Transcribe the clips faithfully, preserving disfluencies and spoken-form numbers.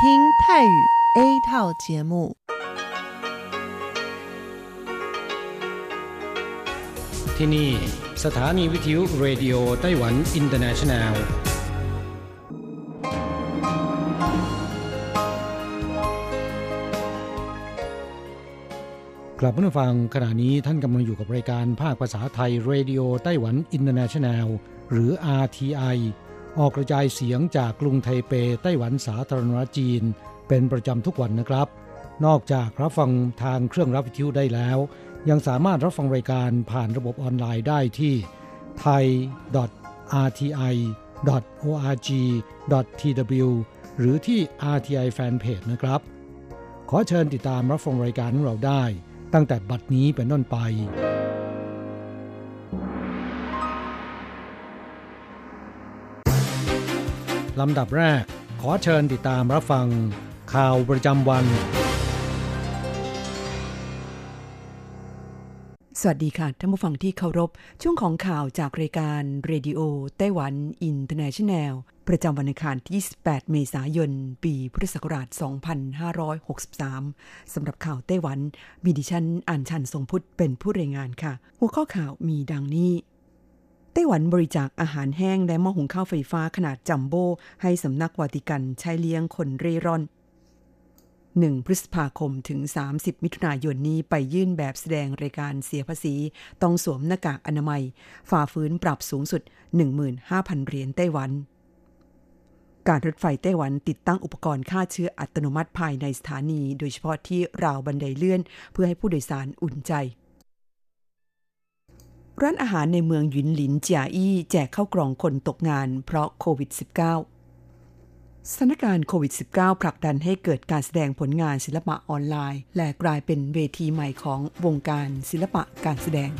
听泰语 A 套节目。 ที่นี่สถานีวิทยุเรดิโอไต้หวันอินเตอร์เนชั่นแนลกลับมาฟังขณะนี้ท่านกำลังอยู่กับรายการภาคภาษาไทยเรดิโอไต้หวันอินเตอร์เนชั่นแนลหรือ อาร์ ที ไอ ออกกระจายเสียงจากกรุงไทเปไต้หวันสาธารณรัฐจีนเป็นประจำทุกวันนะครับนอกจากรับฟังทางเครื่องรับวิทยุได้แล้วยังสามารถรับฟังรายการผ่านระบบออนไลน์ได้ที่ ไทย ดอท อาร์ ที ไอ ดอท โอ อาร์ จี ดอท ที ดับเบิลยู หรือที่ อาร์ ที ไอ Fanpage นะครับขอเชิญติดตามรับฟังรายการของเราได้ตั้งแต่บัดนี้เป็นต้นไปลำดับแรกขอเชิญติดตามรับฟังข่าวประจำวันสวัสดีค่ะท่านผู้ฟังที่เคารพช่วงของข่าวจากรายการเรดิโอไต้หวันอินเตอร์เนชั่นแนลประจำวันอังคารที่ยี่สิบแปดเมษายนปีพุทธศักราชสองพันห้าร้อยหกสิบสามสำหรับข่าวไต้หวันมีดิฉันอ่านชันทรงพุทธเป็นผู้รายงานค่ะหัวข้อข่าวมีดังนี้ไต้หวันบริจาคอาหารแห้งและหม้อหุงข้าวไฟฟ้าขนาดจัมโบ้ให้สำนักวาติกันใช้เลี้ยงคนเร่ร่อนหนึ่งพฤษภาคมถึงสามสิบมิถุนายนนี้ไปยื่นแบบแสดงรายการเสียภาษีต้องสวมหน้ากากอนามัยฝ่าฝืนปรับสูงสุด หนึ่งหมื่นห้าพัน เหรียญไต้หวันการรถไฟไต้หวันติดตั้งอุปกรณ์ฆ่าเชื้ออัตโนมัติภายในสถานีโดยเฉพาะที่ราวบันไดเลื่อนเพื่อให้ผู้โดยสารอุ่นใจร้านอาหารในเมืองหยินหลินเจียอี้แจกข้าวกล่องคนตกงานเพราะโควิด สิบเก้าสถานการณ์โควิด สิบเก้า ผลักดันให้เกิดการแสดงผลงานศิลปะออนไลน์และกลายเป็นเวทีใหม่ของวงการศิลปะการแสดง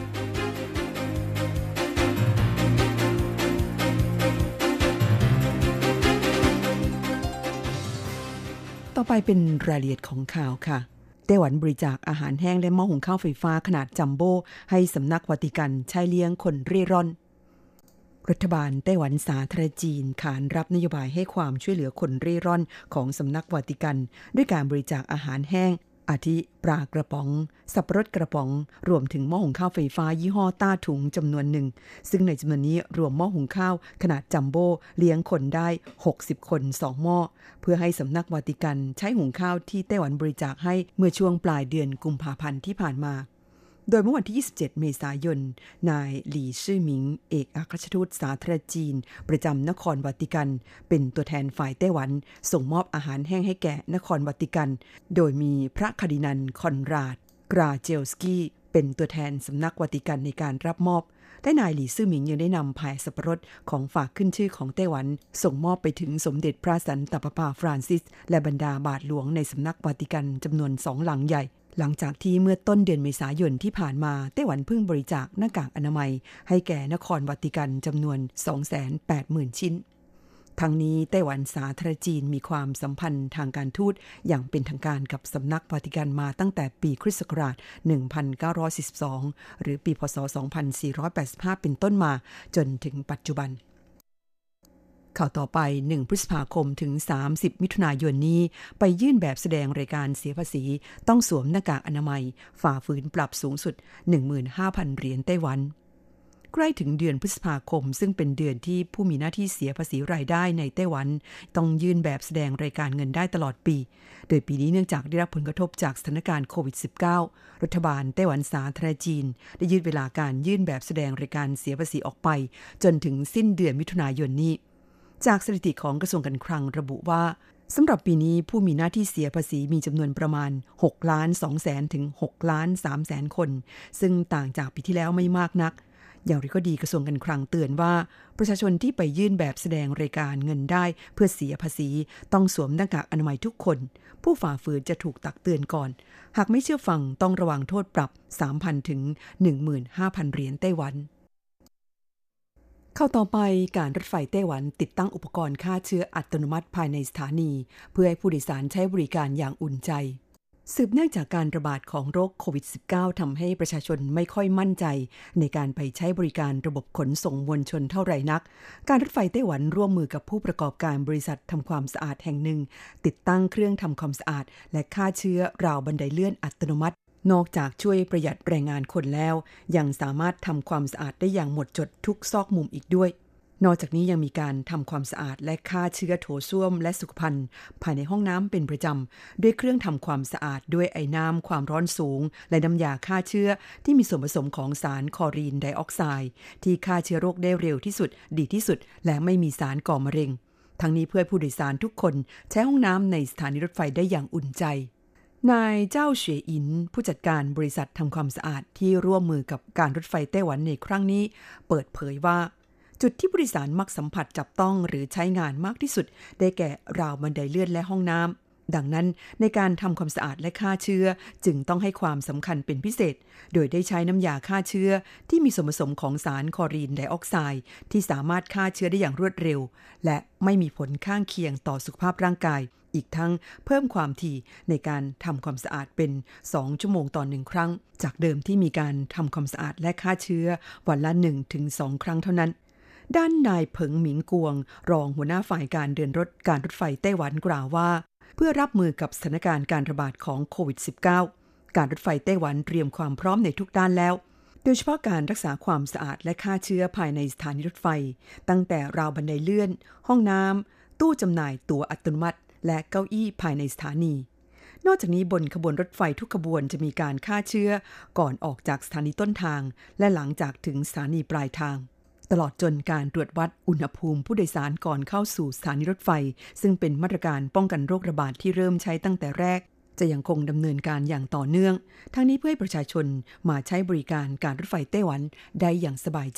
ต่อไปเป็นรายละเอียดของข่าวค่ะไต้หวันบริจาคอาหารแห้งและหม้อหุงข้าวไฟฟ้าขนาดจัมโบ้ให้สำนักวาติกันใช้เลี้ยงคนเร่ร่อนรัฐบาลไต้หวันสาธารณจีนขานรับนโยบายให้ความช่วยเหลือคนเร่ร่อนของสำนักวาติกันด้วยการบริจาคอาหารแห้งอาทิปลากระป๋องสับปะรดกระป๋องรวมถึงหม้อหุงข้าวไฟฟ้ายี่ห้อต้าถุงจำนวนหนึ่งซึ่งในจำนวนนี้รวมหม้อหุงข้าวขนาดจัมโบ้เลี้ยงคนได้หกสิบคนสองหม้อเพื่อให้สำนักวาติกันใช้หุงข้าวที่ไต้หวันบริจาคให้เมื่อช่วงปลายเดือนกุมภาพันธ์ที่ผ่านมาโดยเมื่อวันที่ยี่สิบเจ็ดเมษายนนายหลี่ซื่อหมิงเอกอัครราชทูตสาธารณจีนประจำนครวาติกันเป็นตัวแทนฝ่ายไต้หวันส่งมอบอาหารแห้งให้แก่นครวาติกันโดยมีพระคาร์ดินัลคอนราดกราเจลสกี้เป็นตัวแทนสำนักวาติกันในการรับมอบและนายหลี่ซื่อหมิงยังได้นำพายสับปะรดของฝากขึ้นชื่อของไต้หวันส่งมอบไปถึงสมเด็จพระสันตะปาปาฟรานซิสและบรรดาบาทหลวงในสำนักวาติกันจำนวนสองหลังใหญ่หลังจากที่เมื่อต้นเดือนเมษายนที่ผ่านมาไต้หวันเพิ่งบริจาคหน้ากากอนามัยให้แก่นครวาติกันจำนวน สองแสนแปดหมื่น ชิ้นทั้งนี้ไต้หวันสาธารณจีนมีความสัมพันธ์ทางการทูตอย่างเป็นทางการกับสำนักวาติกันมาตั้งแต่ปีคริสต์ศักราชหนึ่งพันเก้าร้อยสี่สิบสองหรือปีพ.ศ. สองพันสี่ร้อยแปดสิบห้าเป็นต้นมาจนถึงปัจจุบันข่าวต่อไปหนึ่งพฤษภาคมถึงสามสิบมิถุนายนนี้ไปยื่นแบบแสดงรายการเสียภาษีต้องสวมหน้ากากอนามัยฝ่าฝืนปรับสูงสุด หนึ่งหมื่นห้าพัน เหรียญไต้หวันใกล้ถึงเดือนพฤษภาคมซึ่งเป็นเดือนที่ผู้มีหน้าที่เสียภาษีรายได้ในไต้หวันต้องยื่นแบบแสดงรายการเงินได้ตลอดปีโดยปีนี้เนื่องจากได้รับผลกระทบจากสถานการณ์โควิด สิบเก้า รัฐบาลไต้หวันสาธารณจีนได้ยืดเวลาการยื่นแบบแสดงรายการเสียภาษีออกไปจนถึงสิ้นเดือนมิถุนายนนี้จากสถิติของกระทรวงการคลังระบุว่าสำหรับปีนี้ผู้มีหน้าที่เสียภาษีมีจำนวนประมาณหกล้านสองแสนถึงหกล้านสามแสนคนซึ่งต่างจากปีที่แล้วไม่มากนักอย่างไรก็ดีกระทรวงการคลังเตือนว่าประชาชนที่ไปยื่นแบบแสดงรายการเงินได้เพื่อเสียภาษีต้องสวมหน้ากากอนามัยทุกคนผู้ฝ่าฝืนจะถูกตักเตือนก่อนหากไม่เชื่อฟังต้องระวังโทษปรับ สามพัน ถึง หนึ่งหมื่นห้าพัน เหรียญไต้หวันเข้าต่อไปการรถไฟไต้หวันติดตั้งอุปกรณ์ฆ่าเชื้ออัตโนมัติภายในสถานีเพื่อให้ผู้โดยสารใช้บริการอย่างอุ่นใจสืบเนื่องจากการระบาดของโรคโควิด สิบเก้า ทำให้ประชาชนไม่ค่อยมั่นใจในการไปใช้บริการระบบขนส่งมวลชนเท่าไหร่นักการรถไฟไต้หวันร่วมมือกับผู้ประกอบการบริษัททำความสะอาดแห่งหนึ่งติดตั้งเครื่องทำความสะอาดและฆ่าเชื้อราวบันไดเลื่อนอัตโนมัตินอกจากช่วยประหยัดแรงงานคนแล้วยังสามารถทำความสะอาดได้อย่างหมดจดทุกซอกมุมอีกด้วยนอกจากนี้ยังมีการทำความสะอาดและฆ่าเชื้อโถส้วมและสุขภัณฑ์ภายในห้องน้ำเป็นประจำด้วยเครื่องทำความสะอาดด้วยไอน้ำความร้อนสูงและน้ำยาฆ่าเชื้อที่มีส่วนผสมของสารคลอรีนไดออกไซด์ที่ฆ่าเชื้อโรคได้เร็วที่สุดดีที่สุดและไม่มีสารก่อมะเร็งทั้งนี้เพื่อผู้โดยสารทุกคนใช้ห้องน้ำในสถานีรถไฟได้อย่างอุ่นใจนายเจ้าเฉยอินผู้จัดการบริษัททำความสะอาดที่ร่วมมือกับการรถไฟไต้หวันในครั้งนี้เปิดเผยว่าจุดที่ผู้โดยสารมักสัมผัสจับต้องหรือใช้งานมากที่สุดได้แก่ราวบันไดเลื่อนและห้องน้ำดังนั้นในการทำความสะอาดและฆ่าเชื้อจึงต้องให้ความสำคัญเป็นพิเศษโดยได้ใช้น้ำยาฆ่าเชื้อที่มีส่วนผสมของสารคลอรีนไดออกไซด์ที่สามารถฆ่าเชื้อได้อย่างรวดเร็วและไม่มีผลข้างเคียงต่อสุขภาพร่างกายอีกทั้งเพิ่มความถี่ในการทำความสะอาดเป็นสองชั่วโมงต่อหนึ่งครั้งจากเดิมที่มีการทำความสะอาดและฆ่าเชื้อวันละ หนึ่งถึงสอง ครั้งเท่านั้นด้านนายเผิงหมิงกวงรองหัวหน้าฝ่ายการเดินรถการรถไฟไต้หวันกล่าวว่าเพื่อรับมือกับสถานการณ์การระบาดของโควิด สิบเก้า การรถไฟไต้หวันเตรียมความพร้อมในทุกด้านแล้วโดยเฉพาะการรักษาความสะอาดและฆ่าเชื้อภายในสถานีรถไฟตั้งแต่ราวบันไดเลื่อนห้องน้ำตู้จำหน่ายตั๋วอัตโนมัติและเก้าอี้ภายในสถานีนอกจากนี้บนขบวนรถไฟทุกขบวนจะมีการฆ่าเชื้อก่อนออกจากสถานีต้นทางและหลังจากถึงสถานีปลายทางตลอดจนการตรวจวัดอุณหภูมิผู้โดยสารก่อนเข้าสู่สถานีรถไฟซึ่งเป็นมาตรการป้องกันโรคระบาดที่เริ่มใช้ตั้งแต่แรกจะยังคงดำเนินการอย่างต่อเนื่องทั้งนี้เพื่อให้ประชาชนมาใช้บริการการรถไฟไต้หวันได้อย่างสบายใจ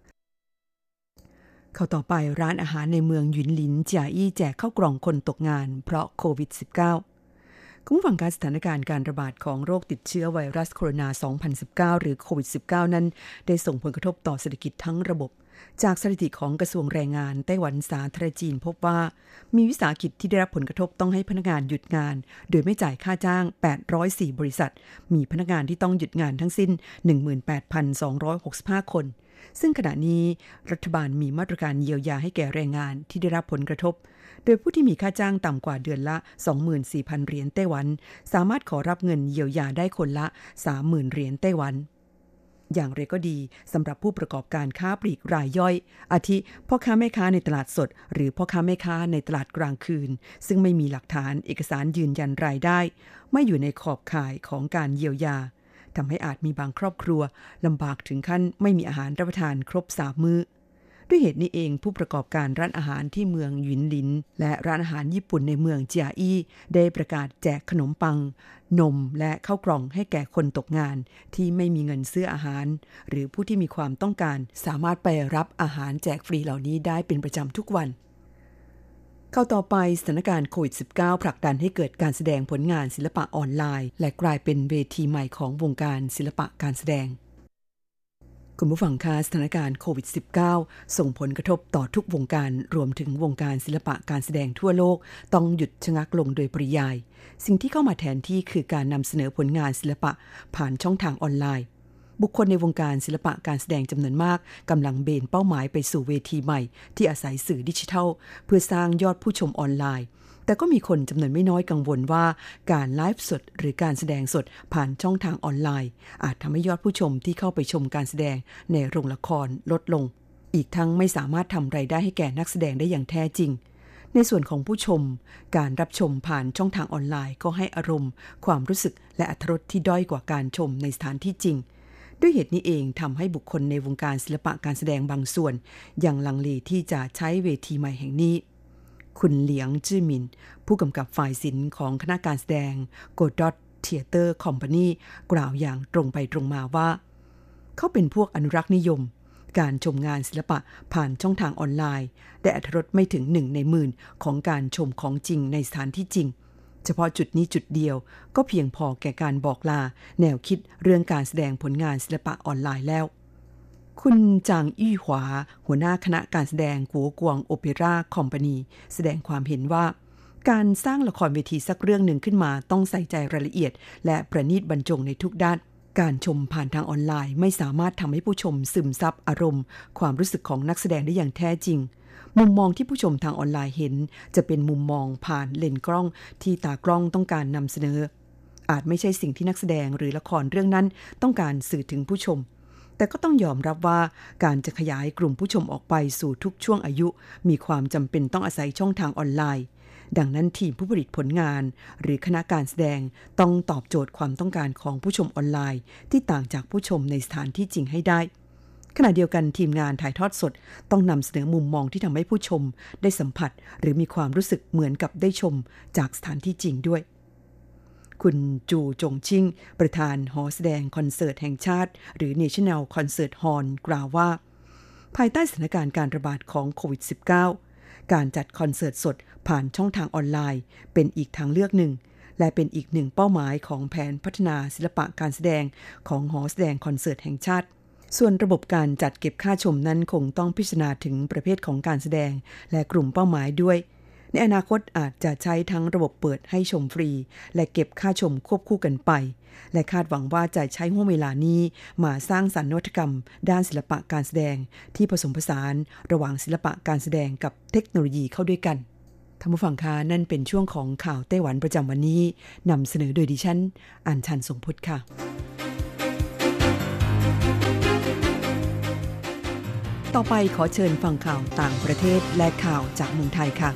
เข้าต่อไปร้านอาหารในเมืองหยุนหลินจ่าอี้แจกข้าวกล่องคนตกงานเพราะโควิด สิบเก้า คุณผู้ฟังการสถานการณ์การระบาดของโรคติดเชื้อไวรัสโคโรนา สองพันสิบเก้า หรือโควิด สิบเก้า นั้นได้ส่งผลกระทบต่อเศรษฐกิจทั้งระบบจากสถิติของกระทรวงแรงงานไต้หวันสาธารณจีนพบว่ามีวิสาหกิจที่ได้รับผลกระทบต้องให้พนักงานหยุดงานโดยไม่จ่ายค่าจ้างแปดร้อยสี่ บริษัทมีพนักงานที่ต้องหยุดงานทั้งสิ้น หนึ่งหมื่นแปดพันสองร้อยหกสิบห้า คนซึ่งขณะนี้รัฐบาลมีมาตรการเยียวยาให้แก่แรงงานที่ได้รับผลกระทบโดยผู้ที่มีค่าจ้างต่ำกว่าเดือนละ สองหมื่นสี่พัน เหรียญไต้หวันสามารถขอรับเงินเยียวยาได้คนละ สามหมื่น เหรียญไต้หวันอย่างไรก็ดีสำหรับผู้ประกอบการค้าปลีกรายย่อยอาทิพ่อค้าแม่ค้าในตลาดสดหรือพ่อค้าแม่ค้าในตลาดกลางคืนซึ่งไม่มีหลักฐานเอกสารยืนยันรายได้ไม่อยู่ในขอบข่ายของการเยียวยาทำให้อาจมีบางครอบครัวลำบากถึงขั้นไม่มีอาหารรับประทานครบสามมื้อด้วยเหตุนี้เองผู้ประกอบการร้านอาหารที่เมืองหยุนหลินและร้านอาหารญี่ปุ่นในเมืองเจียอี้ได้ประกาศแจกขนมปังนมและข้าวกล่องให้แก่คนตกงานที่ไม่มีเงินซื้ออาหารหรือผู้ที่มีความต้องการสามารถไปรับอาหารแจกฟรีเหล่านี้ได้เป็นประจำทุกวันเข้าต่อไปสถานการณ์โควิด สิบเก้า ผลักดันให้เกิดการแสดงผลงานศิลปะออนไลน์และกลายเป็นเวทีใหม่ของวงการศิลปะการแสดงคุณผู้ฟังคะสถานการณ์โควิด สิบเก้า ส่งผลกระทบต่อทุกวงการรวมถึงวงการศิลปะการแสดงทั่วโลกต้องหยุดชะงักลงโดยปริยายสิ่งที่เข้ามาแทนที่คือการนำเสนอผลงานศิลปะผ่านช่องทางออนไลน์บุคคลในวงการศิลปะการแสดงจำนวนมากกำลังเบนเป้าหมายไปสู่เวทีใหม่ที่อาศัยสื่อดิจิทัลเพื่อสร้างยอดผู้ชมออนไลน์แต่ก็มีคนจำนวนไม่น้อยกังวลว่าการไลฟ์สดหรือการแสดงสดผ่านช่องทางออนไลน์อาจทำให้ยอดผู้ชมที่เข้าไปชมการแสดงในโรงละครลดลงอีกทั้งไม่สามารถทำรายได้ให้แก่นักแสดงได้อย่างแท้จริงในส่วนของผู้ชมการรับชมผ่านช่องทางออนไลน์ก็ให้อารมณ์ความรู้สึกและอรรถรสที่ด้อยกว่าการชมในสถานที่จริงด้วยเหตุนี้เองทำให้บุคคลในวงการศิลปะการแสดงบางส่วนยังลังเลที่จะใช้เวทีใหม่แห่งนี้คุณเหลียงจื้อหมินผู้กำกับฝ่ายศิลป์ของคณะการแสดง Godot Theater Company กล่าวอย่างตรงไปตรงมาว่าเขาเป็นพวกอนุรักษ์นิยมการชมงานศิลปะผ่านช่องทางออนไลน์ได้อรรถรสไม่ถึงหนึ่งในหมื่นของการชมของจริงในสถานที่จริงเฉพาะจุดนี้จุดเดียวก็เพียงพอแก่การบอกลาแนวคิดเรื่องการแสดงผลงานศิลปะออนไลน์แล้วคุณจางอี้หวาหัวหน้าคณะการแสดงกัวกวงโอเปร่าคอมพานีแสดงความเห็นว่าการสร้างละครเวทีสักเรื่องหนึ่งขึ้นมาต้องใส่ใจรายละเอียดและประณีตบรรจงในทุกด้านการชมผ่านทางออนไลน์ไม่สามารถทำให้ผู้ชมซึมซับอารมณ์ความรู้สึกของนักแสดงได้อย่างแท้จริงมุมมองที่ผู้ชมทางออนไลน์เห็นจะเป็นมุมมองผ่านเลนส์กล้องที่ตากล้องต้องการนำเสนออาจไม่ใช่สิ่งที่นักแสดงหรือละครเรื่องนั้นต้องการสื่อถึงผู้ชมแต่ก็ต้องยอมรับว่าการจะขยายกลุ่มผู้ชมออกไปสู่ทุกช่วงอายุมีความจำเป็นต้องอาศัยช่องทางออนไลน์ดังนั้นทีมผู้ผลิตผลงานหรือคณะการแสดงต้องตอบโจทย์ความต้องการของผู้ชมออนไลน์ที่ต่างจากผู้ชมในสถานที่จริงให้ได้ขณะเดียวกันทีมงานถ่ายทอดสดต้องนำเสนอมุมมองที่ทำให้ผู้ชมได้สัมผัสหรือมีความรู้สึกเหมือนกับได้ชมจากสถานที่จริงด้วยคุณจูจงชิ่งประธานหอแสดงคอนเสิร์ตแห่งชาติหรือ National Concert Hall กล่าวว่าภายใต้สถานการณ์การระบาดของโควิด สิบเก้า การจัดคอนเสิร์ตสดผ่านช่องทางออนไลน์เป็นอีกทางเลือกหนึ่งและเป็นอีกหนึ่งเป้าหมายของแผนพัฒนาศิลปะการแสดงของหอแสดงคอนเสิร์ตแห่งชาติส่วนระบบการจัดเก็บค่าชมนั้นคงต้องพิจารณาถึงประเภทของการแสดงและกลุ่มเป้าหมายด้วยในอนาคตอาจจะใช้ทั้งระบบเปิดให้ชมฟรีและเก็บค่าชมควบคู่กันไปและคาดหวังว่าจะใช้ห่วงเวลานี้มาสร้างสรรค์นวัตกรรมด้านศิลปะการแสดงที่ผสมผสานระหว่างศิลปะการแสดงกับเทคโนโลยีเข้าด้วยกันท่านผู้ฟังคะนั่นเป็นช่วงของข่าวไต้หวันประจำวันนี้นำเสนอโดยดิฉันอัญชันทรงพุทธค่ะต่อไปขอเชิญฟังข่าวต่างประเทศและข่าวจากเมืองไทยค่ะ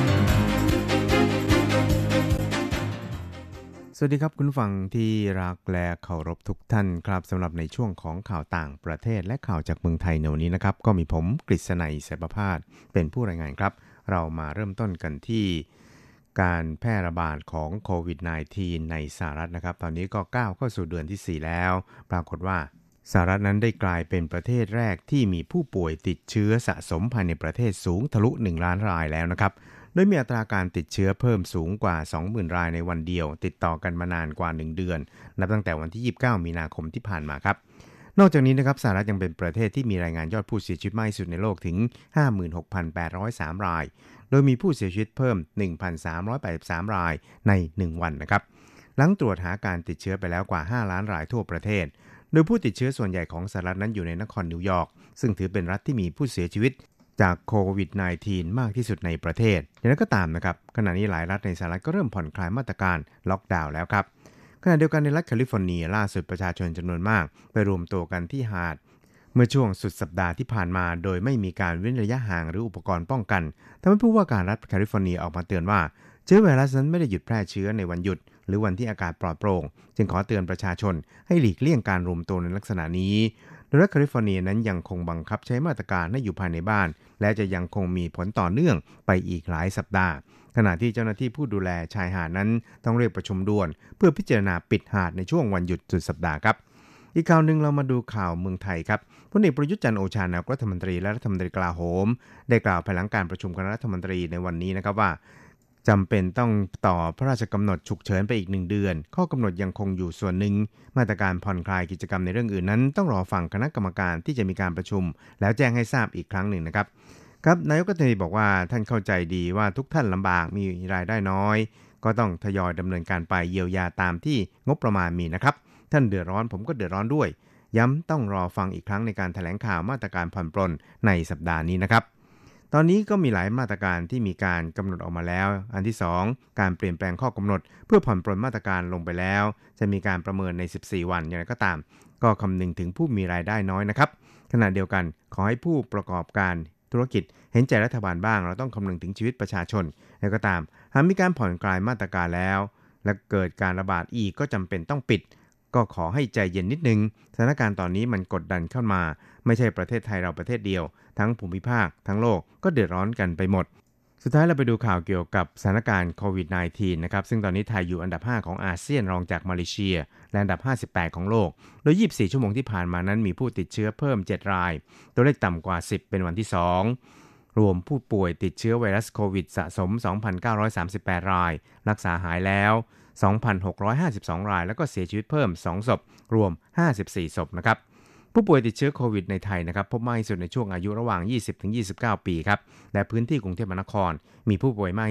สวัสดีครับคุณผู้ฟังที่รักและเคารพทุกท่านครับสำหรับในช่วงของข่าวต่างประเทศและข่าวจากเมืองไทยในวันนี้นะครับก็มีผมกฤษณัยเสภพาสเป็นผู้รายงานครับเรามาเริ่มต้นกันที่การแพร่ระบาดของโควิด สิบเก้า ในสหรัฐนะครับตอนนี้ก็ก้าวเข้าสู่เดือนที่สี่แล้วปรากฏว่าสหรัฐนั้นได้กลายเป็นประเทศแรกที่มีผู้ป่วยติดเชื้อสะสมภายในประเทศสูงทะลุหนึ่งล้านรายแล้วนะครับโดยมีอัตราการติดเชื้อเพิ่มสูงกว่า สองหมื่น รายในวันเดียวติดต่อกันมานานกว่าหนึ่งเดือนนับตั้งแต่วันที่ยี่สิบเก้ามีนาคมที่ผ่านมาครับนอกจากนี้นะครับสหรัฐยังเป็นประเทศที่มีรายงานยอดผู้เสียชีวิตมากที่สุดในโลกถึง ห้าหมื่นหกพันแปดร้อยสาม รายโดยมีผู้เสียชีวิตเพิ่ม หนึ่งพันสามร้อยแปดสิบสาม รายในหนึ่งวันนะครับหลังตรวจหาการติดเชื้อไปแล้วกว่าห้าล้านรายทั่วประเทศโดยผู้ติดเชื้อส่วนใหญ่ของสหรัฐนั้นอยู่ในนครนิวยอร์กซึ่งถือเป็นรัฐที่มีผู้เสียชีวิตจากโควิด สิบเก้า มากที่สุดในประเทศอย่างนั้นก็ตามนะครับขณะนี้หลายรัฐในสหรัฐก็เริ่มผ่อนคลายมาตรการล็อกดาวน์แล้วครับขณะเดียวกันในรัฐแคลิฟอร์เนียล่าสุดประชาชนจำนวนมากไปรวมตัวกันที่หาดเมื่อช่วงสุดสัปดาห์ที่ผ่านมาโดยไม่มีการเว้นระยะห่างหรืออุปกรณ์ป้องกันทำให้ผู้ว่าการรัฐแคลิฟอร์เนียออกมาเตือนว่าเชื้อไวรัสนั้นไม่ได้หยุดแพร่เชื้อในวันหยุดหรือวันที่อากาศปลอดโปร่งจึงขอเตือนประชาชนให้หลีกเลี่ยงการรวมตัวในลักษณะนี้โดยรัฐแคลิฟอร์เนียนั้นยังคงบังคับใช้มาตรการให้อยู่ภายในบ้านและจะยังคงมีผลต่อเนื่องไปอีกหลายสัปดาห์ขณะที่เจ้าหน้าที่ผู้ดูแลชายหาดนั้นต้องเรียกประชุมด่วนเพื่อพิจารณาปิดหาดในช่วงวันหยุดสุดสัปดาห์ครับอีกข่าวหนึ่งเรามาดูข่าวเมืองไทยครับพลเอกประยุทธ์จันทร์โอชานายกรัฐมนตรีและรัฐมนตรีกลาโหมได้กล่าวภายหลังการประชุมคณะรัฐมนตรีในวันนี้นะครับว่าจำเป็นต้องต่อพระราชกำหนดฉุกเฉินไปอีกหนึ่งเดือนข้อกำหนดยังคงอยู่ส่วนหนึ่งมาตรการผ่อนคลายกิจกรรมในเรื่องอื่นนั้นต้องรอฟังคณะกรรมการที่จะมีการประชุมแล้วแจ้งให้ทราบอีกครั้งหนึ่งนะครับครับนายกรัฐมนตรีบอกว่าท่านเข้าใจดีว่าทุกท่านลำบากมีรายได้น้อยก็ต้องทยอยดำเนินการไปเยียวยาตามที่งบประมาณมีนะครับท่านเดือดร้อนผมก็เดือดร้อนด้วยย้ำต้องรอฟังอีกครั้งในการแถลงข่าวมาตรการผ่อนปรนในสัปดาห์นี้นะครับตอนนี้ก็มีหลายมาตรการที่มีการกำหนดออกมาแล้วอันที่สองการเปลี่ยนแปลงข้อกำหนดเพื่อผ่อนปรนมาตรการลงไปแล้วจะมีการประเมินในสิบสี่วันอย่างไรก็ตามก็คำนึงถึงผู้มีรายได้น้อยนะครับขณะเดียวกันขอให้ผู้ประกอบการธุรกิจเห็นใจรัฐบาลบ้างเราต้องคำนึงถึงชีวิตประชาชนแล้วก็ตามหากมีการผ่อนคลายมาตรการแล้วและเกิดการระบาดอีกก็จำเป็นต้องปิดก็ขอให้ใจเย็นนิดนึงสถานการณ์ตอนนี้มันกดดันเข้ามาไม่ใช่ประเทศไทยเราประเทศเดียวทั้งภูมิภาคทั้งโลกก็เดือดร้อนกันไปหมดสุดท้ายเราไปดูข่าวเกี่ยวกับสถานการณ์โควิด สิบเก้า นะครับซึ่งตอนนี้ไทยอยู่อันดับห้าของอาเซียนรองจากมาเลเซียและอันดับห้าสิบแปดของโลกโดยยี่สิบสี่ชั่วโมงที่ผ่านมานั้นมีผู้ติดเชื้อเพิ่มเจ็ดรายตัวเลขต่ำกว่าสิบเป็นวันที่สองรวมผู้ป่วยติดเชื้อไวรัสโควิดสะสม สองพันเก้าร้อยสามสิบแปด รายรักษาหายแล้ว สองพันหกร้อยห้าสิบสอง รายแล้วก็เสียชีวิตเพิ่มสองศพรวมห้าสิบสี่ศพนะครับผู้ป่วยติดเชื้อโควิดในไทยนะครับพบมากที่สุดในช่วงอายุระหว่าง ยี่สิบถึงยี่สิบเก้า ปีครับและพื้นที่กรุงเทพมหานครมีผู้ป่วยมากที่สุด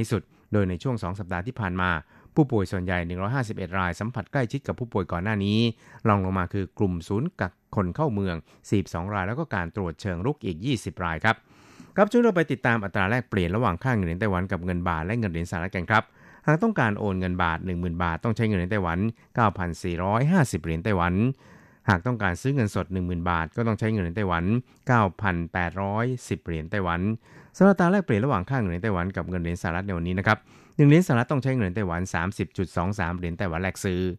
โดยในช่วงสองสัปดาห์ที่ผ่านมาผู้ป่วยส่วนใหญ่หนึ่งร้อยห้าสิบเอ็ดรายสัมผัสใกล้ชิดกับผู้ป่วยก่อนหน้านี้รองลงมาคือกลุ่มศูนย์กักคนเข้าเมืองสี่สิบสองรายแล้วก็การตรวจเชิงรุกอีกยี่สิบรายครับครับช่วยเราไปติดตามอัตราแลกเปลี่ยนระหว่างค่าเงินเหรียญไต้หวันกับเงินบาทและเงินเหรียญสหรัฐกันครับหากต้องการโอนเงินบาท หนึ่งหมื่น บาทต้องใช้เงินเหรียญไต้หวัน เก้าพันสี่ร้อยห้าสิบ เหรียญไต้หวันหากต้องการซื้อเงินสด หนึ่งหมื่น บาทก็ต้องใช้เงินเหรียญไต้หวัน เก้าพันแปดร้อยสิบ เหรียญไต้หวันสำหรับอัตราแลกเปลี่ยนระหว่างค่าเงินเหรียญไต้หวันกับเงินเหรียญสหรัฐในวันนี้นะครับหนึ่งเหรียญสหรัฐต้องใช้เงินเหรียญไต้หวัน สามสิบจุดสองสาม เหรียญไต้หวันแลกซื้อ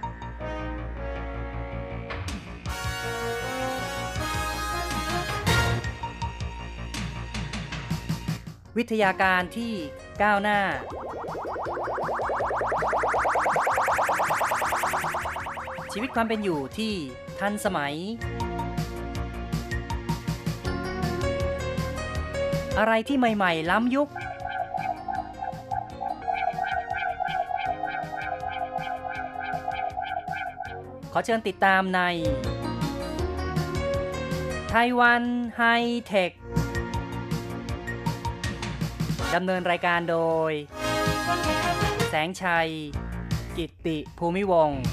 วิทยาการที่ก้าวหน้าชีวิตความเป็นอยู่ที่ทันสมัยอะไรที่ใหม่ๆล้ำยุคขอเชิญติดตามในไต้หวันไฮเทคดำเนินรายการโดยแสงชัยกิตติภูมิวงศ์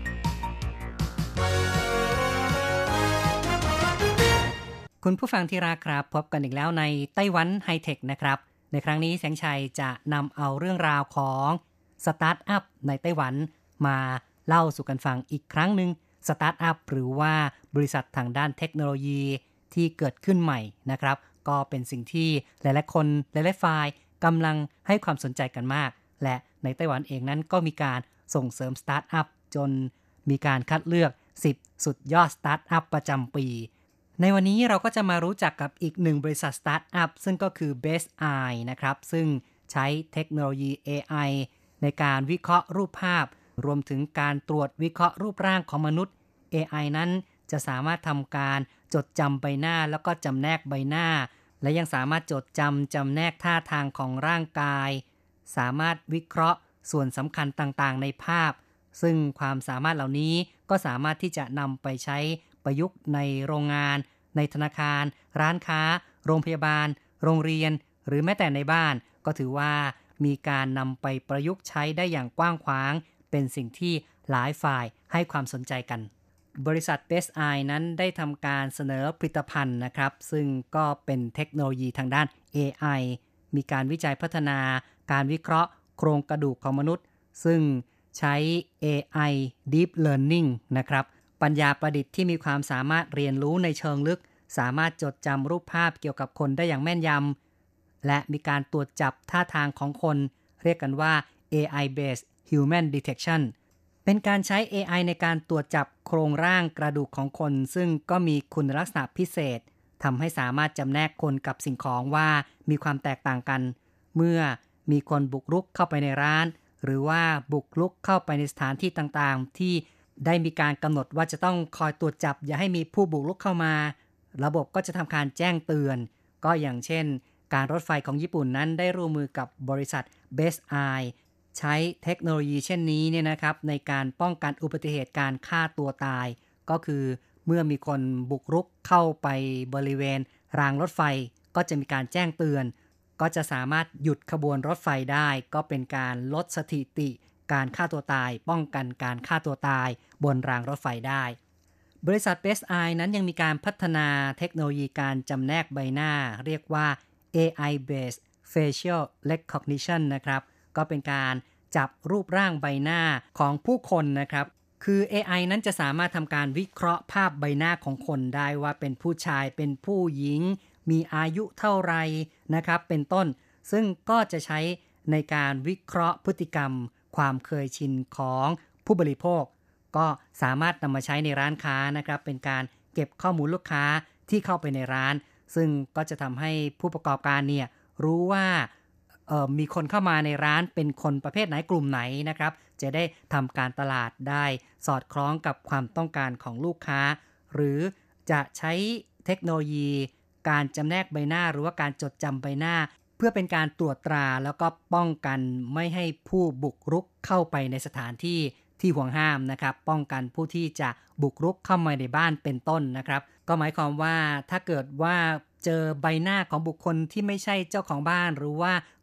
คุณผู้ฟังที่รักครับพบกันอีกแล้วในไต้หวันไฮเทคนะครับในครั้งนี้แสงชัยจะนำเอาเรื่องราวของสตาร์ทอัพในไต้หวันมาเล่าสู่กันฟังอีกครั้งหนึ่งสตาร์ทอัพหรือว่าบริษัททางด้านเทคโนโลยีที่เกิดขึ้นใหม่นะครับก็เป็นสิ่งที่หลายๆคนหลายๆฝ่ายกำลังให้ความสนใจกันมากและในไต้หวันเองนั้นก็มีการส่งเสริมสตาร์ทอัพจนมีการคัดเลือกสิบสุดยอดสตาร์ทอัพประจำปีในวันนี้เราก็จะมารู้จักกับอีกหนึ่งบริษัทสตาร์ทอัพซึ่งก็คือ Best Eye นะครับซึ่งใช้เทคโนโลยี เอ ไอ ในการวิเคราะห์รูปภาพรวมถึงการตรวจวิเคราะห์รูปร่างของมนุษย์ เอ ไอ นั้นจะสามารถทำการจดจำใบหน้าแล้วก็จำแนกใบหน้าและยังสามารถจดจำจำแนกท่าทางของร่างกายสามารถวิเคราะห์ส่วนสำคัญต่างๆในภาพซึ่งความสามารถเหล่านี้ก็สามารถที่จะนำไปใช้ประยุกต์ในโรงงานในธนาคารร้านค้าโรงพยาบาลโรงเรียนหรือแม้แต่ในบ้านก็ถือว่ามีการนำไปประยุกต์ใช้ได้อย่างกว้างขวางเป็นสิ่งที่หลายฝ่ายให้ความสนใจกันบริษัท Best Eye นั้นได้ทำการเสนอผลิตภัณฑ์นะครับซึ่งก็เป็นเทคโนโลยีทางด้าน เอ ไอ มีการวิจัยพัฒนาการวิเคราะห์โครงกระดูกของมนุษย์ซึ่งใช้ เอ ไอ Deep Learning นะครับปัญญาประดิษฐ์ที่มีความสามารถเรียนรู้ในเชิงลึกสามารถจดจำรูปภาพเกี่ยวกับคนได้อย่างแม่นยำและมีการตรวจจับท่าทางของคนเรียกกันว่า เอ ไอ Based Human Detection เป็นการใช้ เอ ไอ ในการตรวจจับโครงร่างกระดูกของคนซึ่งก็มีคุณลักษณะพิเศษทำให้สามารถจำแนกคนกับสิ่งของว่ามีความแตกต่างกันเมื่อมีคนบุกรุกเข้าไปในร้านหรือว่าบุกรุกเข้าไปในสถานที่ต่างๆที่ได้มีการกำหนดว่าจะต้องคอยตรวจจับอย่าให้มีผู้บุกรุกเข้ามาระบบก็จะทำการแจ้งเตือนก็อย่างเช่นการรถไฟของญี่ปุ่นนั้นได้ร่วมมือกับบริษัท Best Eye ใช้เทคโนโลยีเช่นนี้เนี่ยนะครับในการป้องกันอุบัติเหตุการฆ่าตัวตายก็คือเมื่อมีคนบุกรุกเข้าไปบริเวณรางรถไฟก็จะมีการแจ้งเตือนก็จะสามารถหยุดขบวนรถไฟได้ก็เป็นการลดสถิติการฆ่าตัวตายป้องกันการฆ่าตัวตายบนรางรถไฟได้บริษัท Best Eye นั้นยังมีการพัฒนาเทคโนโลยีการจำแนกใบหน้าเรียกว่า เอ ไอ Based Facial Recognition นะครับก็เป็นการจับรูปร่างใบหน้าของผู้คนนะครับคือ เอ ไอ นั้นจะสามารถทำการวิเคราะห์ภาพใบหน้าของคนได้ว่าเป็นผู้ชายเป็นผู้หญิงมีอายุเท่าไรนะครับเป็นต้นซึ่งก็จะใช้ในการวิเคราะห์พฤติกรรมความเคยชินของผู้บริโภคก็สามารถนำมาใช้ในร้านค้านะครับเป็นการเก็บข้อมูลลูกค้าที่เข้าไปในร้านซึ่งก็จะทำให้ผู้ประกอบการเนี่ยรู้ว่าเอ่อมีคนเข้ามาในร้านเป็นคนประเภทไหนกลุ่มไหนนะครับจะได้ทำการตลาดได้สอดคล้องกับความต้องการของลูกค้าหรือจะใช้เทคโนโลยีการจำแนกใบหน้าหรือว่าการจดจำใบหน้าเพื่อเป็นการตรวจตราแล้วก็ป้องกันไม่ให้ผู้บุกรุกเข้าไปในสถานที่ที่ห่วงห้ามนะครับป้องกันผู้ที่จะบุกรุกเข้ามาในบ้านเป็นต้นนะครับก็หมายความว่าถ้าเกิดว่าเจอใบหน้าของบุคคลที่ไม่ใช่เจ้าของบ้านหรือว่า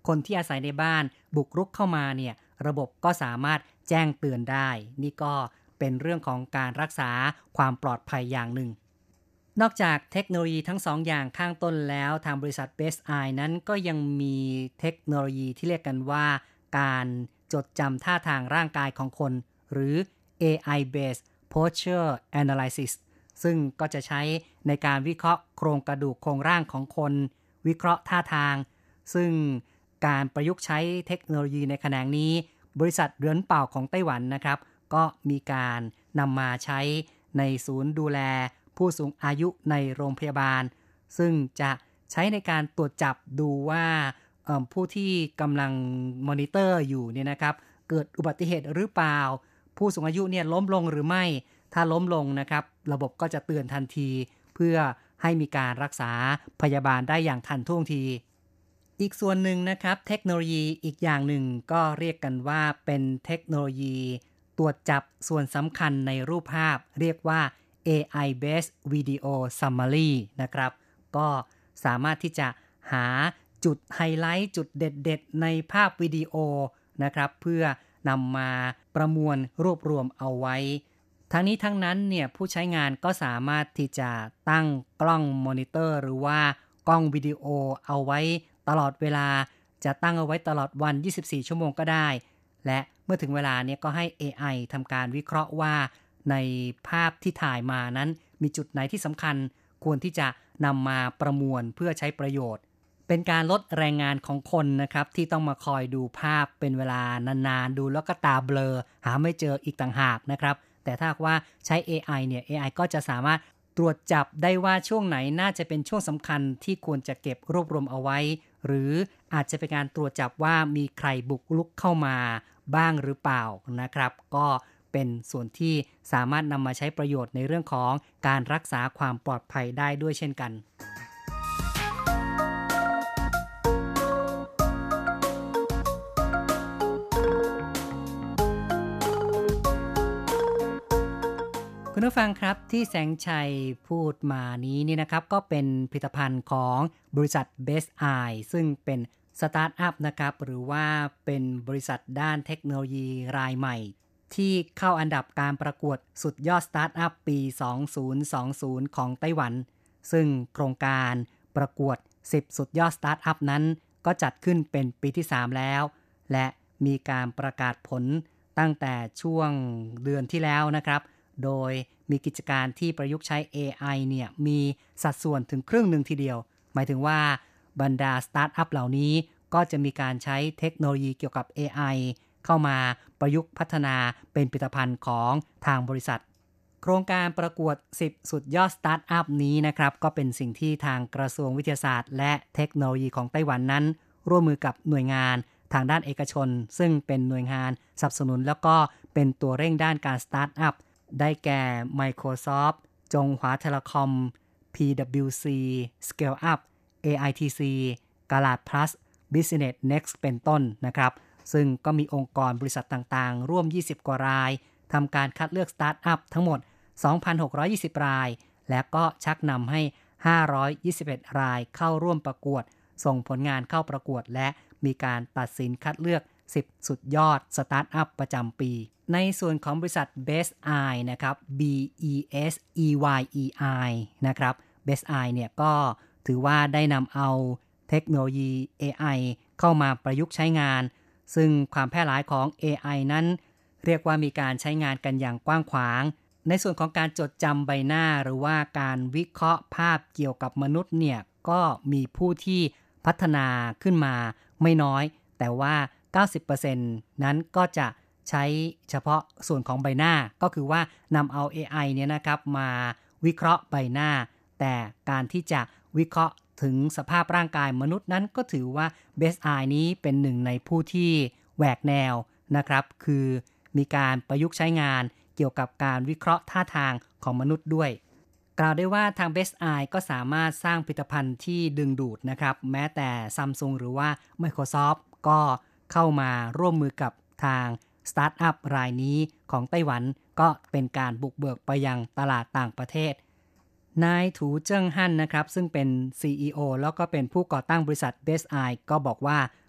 คนที่อาศัยในบ้านบุกรุกเข้ามาเนี่ยระบบก็สามารถแจ้งเตือนได้นี่ก็เป็นเรื่องของการรักษาความปลอดภัยอย่างหนึ่งนอกจากเทคโนโลยีทั้งสองอย่างข้างต้นแล้วทางบริษัท Best Eye นั้นก็ยังมีเทคโนโลยีที่เรียกกันว่าการจดจำท่าทางร่างกายของคนหรือ เอ ไอ Based Posture Analysis ซึ่งก็จะใช้ในการวิเคราะห์โครงกระดูกโครงร่างของคนวิเคราะห์ท่าทางซึ่งการประยุกต์ใช้เทคโนโลยีในแขนงนี้บริษัทเรือนเป่าของไต้หวันนะครับก็มีการนำมาใช้ในศูนย์ดูแลผู้สูงอายุในโรงพยาบาลซึ่งจะใช้ในการตรวจจับดูว่าผู้ที่กำลังมอนิเตอร์อยู่เนี่ยนะครับเกิดอุบัติเหตุหรือเปล่าผู้สูงอายุเนี่ยล้มลงหรือไม่ถ้าล้มลงนะครับระบบก็จะเตือนทันทีเพื่อให้มีการรักษาพยาบาลได้อย่างทันท่วงทีอีกส่วนหนึ่งนะครับเทคโนโลยีอีกอย่างหนึ่งก็เรียกกันว่าเป็นเทคโนโลยีตรวจจับส่วนสำคัญในรูปภาพเรียกว่า เอ ไอ Based Video Summary นะครับก็สามารถที่จะหาจุดไฮไลท์จุดเด็ดๆในภาพวิดีโอนะครับเพื่อนำมาประมวลรวบรวมเอาไว้ทั้งนี้ทั้งนั้นเนี่ยผู้ใช้งานก็สามารถที่จะตั้งกล้องมอนิเตอร์หรือว่ากล้องวิดีโอเอาไว้ตลอดเวลาจะตั้งเอาไว้ตลอดวันยี่สิบสี่ชั่วโมงก็ได้และเมื่อถึงเวลาเนี่ยก็ให้ เอ ไอ ทำการวิเคราะห์ว่าในภาพที่ถ่ายมานั้นมีจุดไหนที่สำคัญควรที่จะนำมาประมวลเพื่อใช้ประโยชน์เป็นการลดแรงงานของคนนะครับที่ต้องมาคอยดูภาพเป็นเวลานานๆดูแล้วก็ตาเบลอหาไม่เจออีกต่างหากนะครับแต่ถ้าว่าใช้ เอ ไอ เนี่ย เอ ไอ ก็จะสามารถตรวจจับได้ว่าช่วงไหนน่าจะเป็นช่วงสำคัญที่ควรจะเก็บรวบรวมเอาไว้หรืออาจจะเป็นการตรวจจับว่ามีใครบุกรุกเข้ามาบ้างหรือเปล่านะครับก็เป็นส่วนที่สามารถนำมาใช้ประโยชน์ในเรื่องของการรักษาความปลอดภัยได้ด้วยเช่นกันคุณผู้ฟังครับที่แสงชัยพูดมานี้นี่นะครับก็เป็นผลิตภัณฑ์ของบริษัท Best Eye ซึ่งเป็นสตาร์ทอัพนะครับหรือว่าเป็นบริษัทด้านเทคโนโลยีรายใหม่ที่เข้าอันดับการประกวดสุดยอดสตาร์ทอัพปีสองพันยี่สิบของไต้หวันซึ่งโครงการประกวดสิบสุดยอดสตาร์ทอัพนั้นก็จัดขึ้นเป็นปีที่สามแล้วและมีการประกาศผลตั้งแต่ช่วงเดือนที่แล้วนะครับโดยมีกิจการที่ประยุกต์ใช้ เอ ไอ เนี่ยมีสัดส่วนถึงครึ่งหนึ่งทีเดียวหมายถึงว่าบรรดาสตาร์ทอัพเหล่านี้ก็จะมีการใช้เทคโนโลยีเกี่ยวกับ เอ ไอ เข้ามาประยุกต์พัฒนาเป็นผลิตภัณฑ์ของทางบริษัทโครงการประกวดสิบสุดยอดสตาร์ทอัพนี้นะครับก็เป็นสิ่งที่ทางกระทรวงวิทยาศาสตร์และเทคโนโลยีของไต้หวันนั้นร่วมมือกับหน่วยงานทางด้านเอกชนซึ่งเป็นหน่วยงานสนับสนุนแล้วก็เป็นตัวเร่งด้านการสตาร์ทอัพได้แก่ Microsoft จงหวาเทเลคอม พี ดับเบิลยู ซี Scale Up เอ ไอ ที ซี Galat Plus Business Next เป็นต้นนะครับซึ่งก็มีองค์กรบริษัทต่างๆร่วมยี่สิบกว่ารายทำการคัดเลือกสตาร์ทอัพทั้งหมด สองพันหกร้อยยี่สิบ รายและก็ชักนำให้ห้าร้อยยี่สิบเอ็ดรายเข้าร่วมประกวดส่งผลงานเข้าประกวดและมีการตัดสินคัดเลือกสิบสุดยอดสตาร์ทอัพประจำปีในส่วนของบริษัท Best Eye นะครับ B E S E Y E I นะครับ Best Eye เนี่ยก็ถือว่าได้นำเอาเทคโนโลยี เอ ไอ เข้ามาประยุกต์ใช้งานซึ่งความแพร่หลายของ เอ ไอ นั้นเรียกว่ามีการใช้งานกันอย่างกว้างขวางในส่วนของการจดจำใบหน้าหรือว่าการวิเคราะห์ภาพเกี่ยวกับมนุษย์เนี่ยก็มีผู้ที่พัฒนาขึ้นมาไม่น้อยแต่ว่า เก้าสิบเปอร์เซ็นต์ นั้นก็จะใช้เฉพาะส่วนของใบหน้าก็คือว่านำเอา เอ ไอ เนี่ยนะครับมาวิเคราะห์ใบหน้าแต่การที่จะวิเคราะห์ถึงสภาพร่างกายมนุษย์นั้นก็ถือว่า Best Eye นี้เป็นหนึ่งในผู้ที่แหวกแนวนะครับคือมีการประยุกต์ใช้งานเกี่ยวกับการวิเคราะห์ท่าทางของมนุษย์ด้วยกล่าวได้ว่าทาง Best Eye ก็สามารถสร้างผลิตภัณฑ์ที่ดึงดูดนะครับแม้แต่ Samsung หรือว่า Microsoft ก็เข้ามาร่วมมือกับทางสตาร์ทอัพรายนี้ของไต้หวันก็เป็นการบุกเบิกไปยังตลาดต่างประเทศนายถูเจิ้งฮั่นนะครับซึ่งเป็น ซี อี โอ แล้วก็เป็นผู้ก่อตั้งบริษัท Best Eye ก็บอกว่า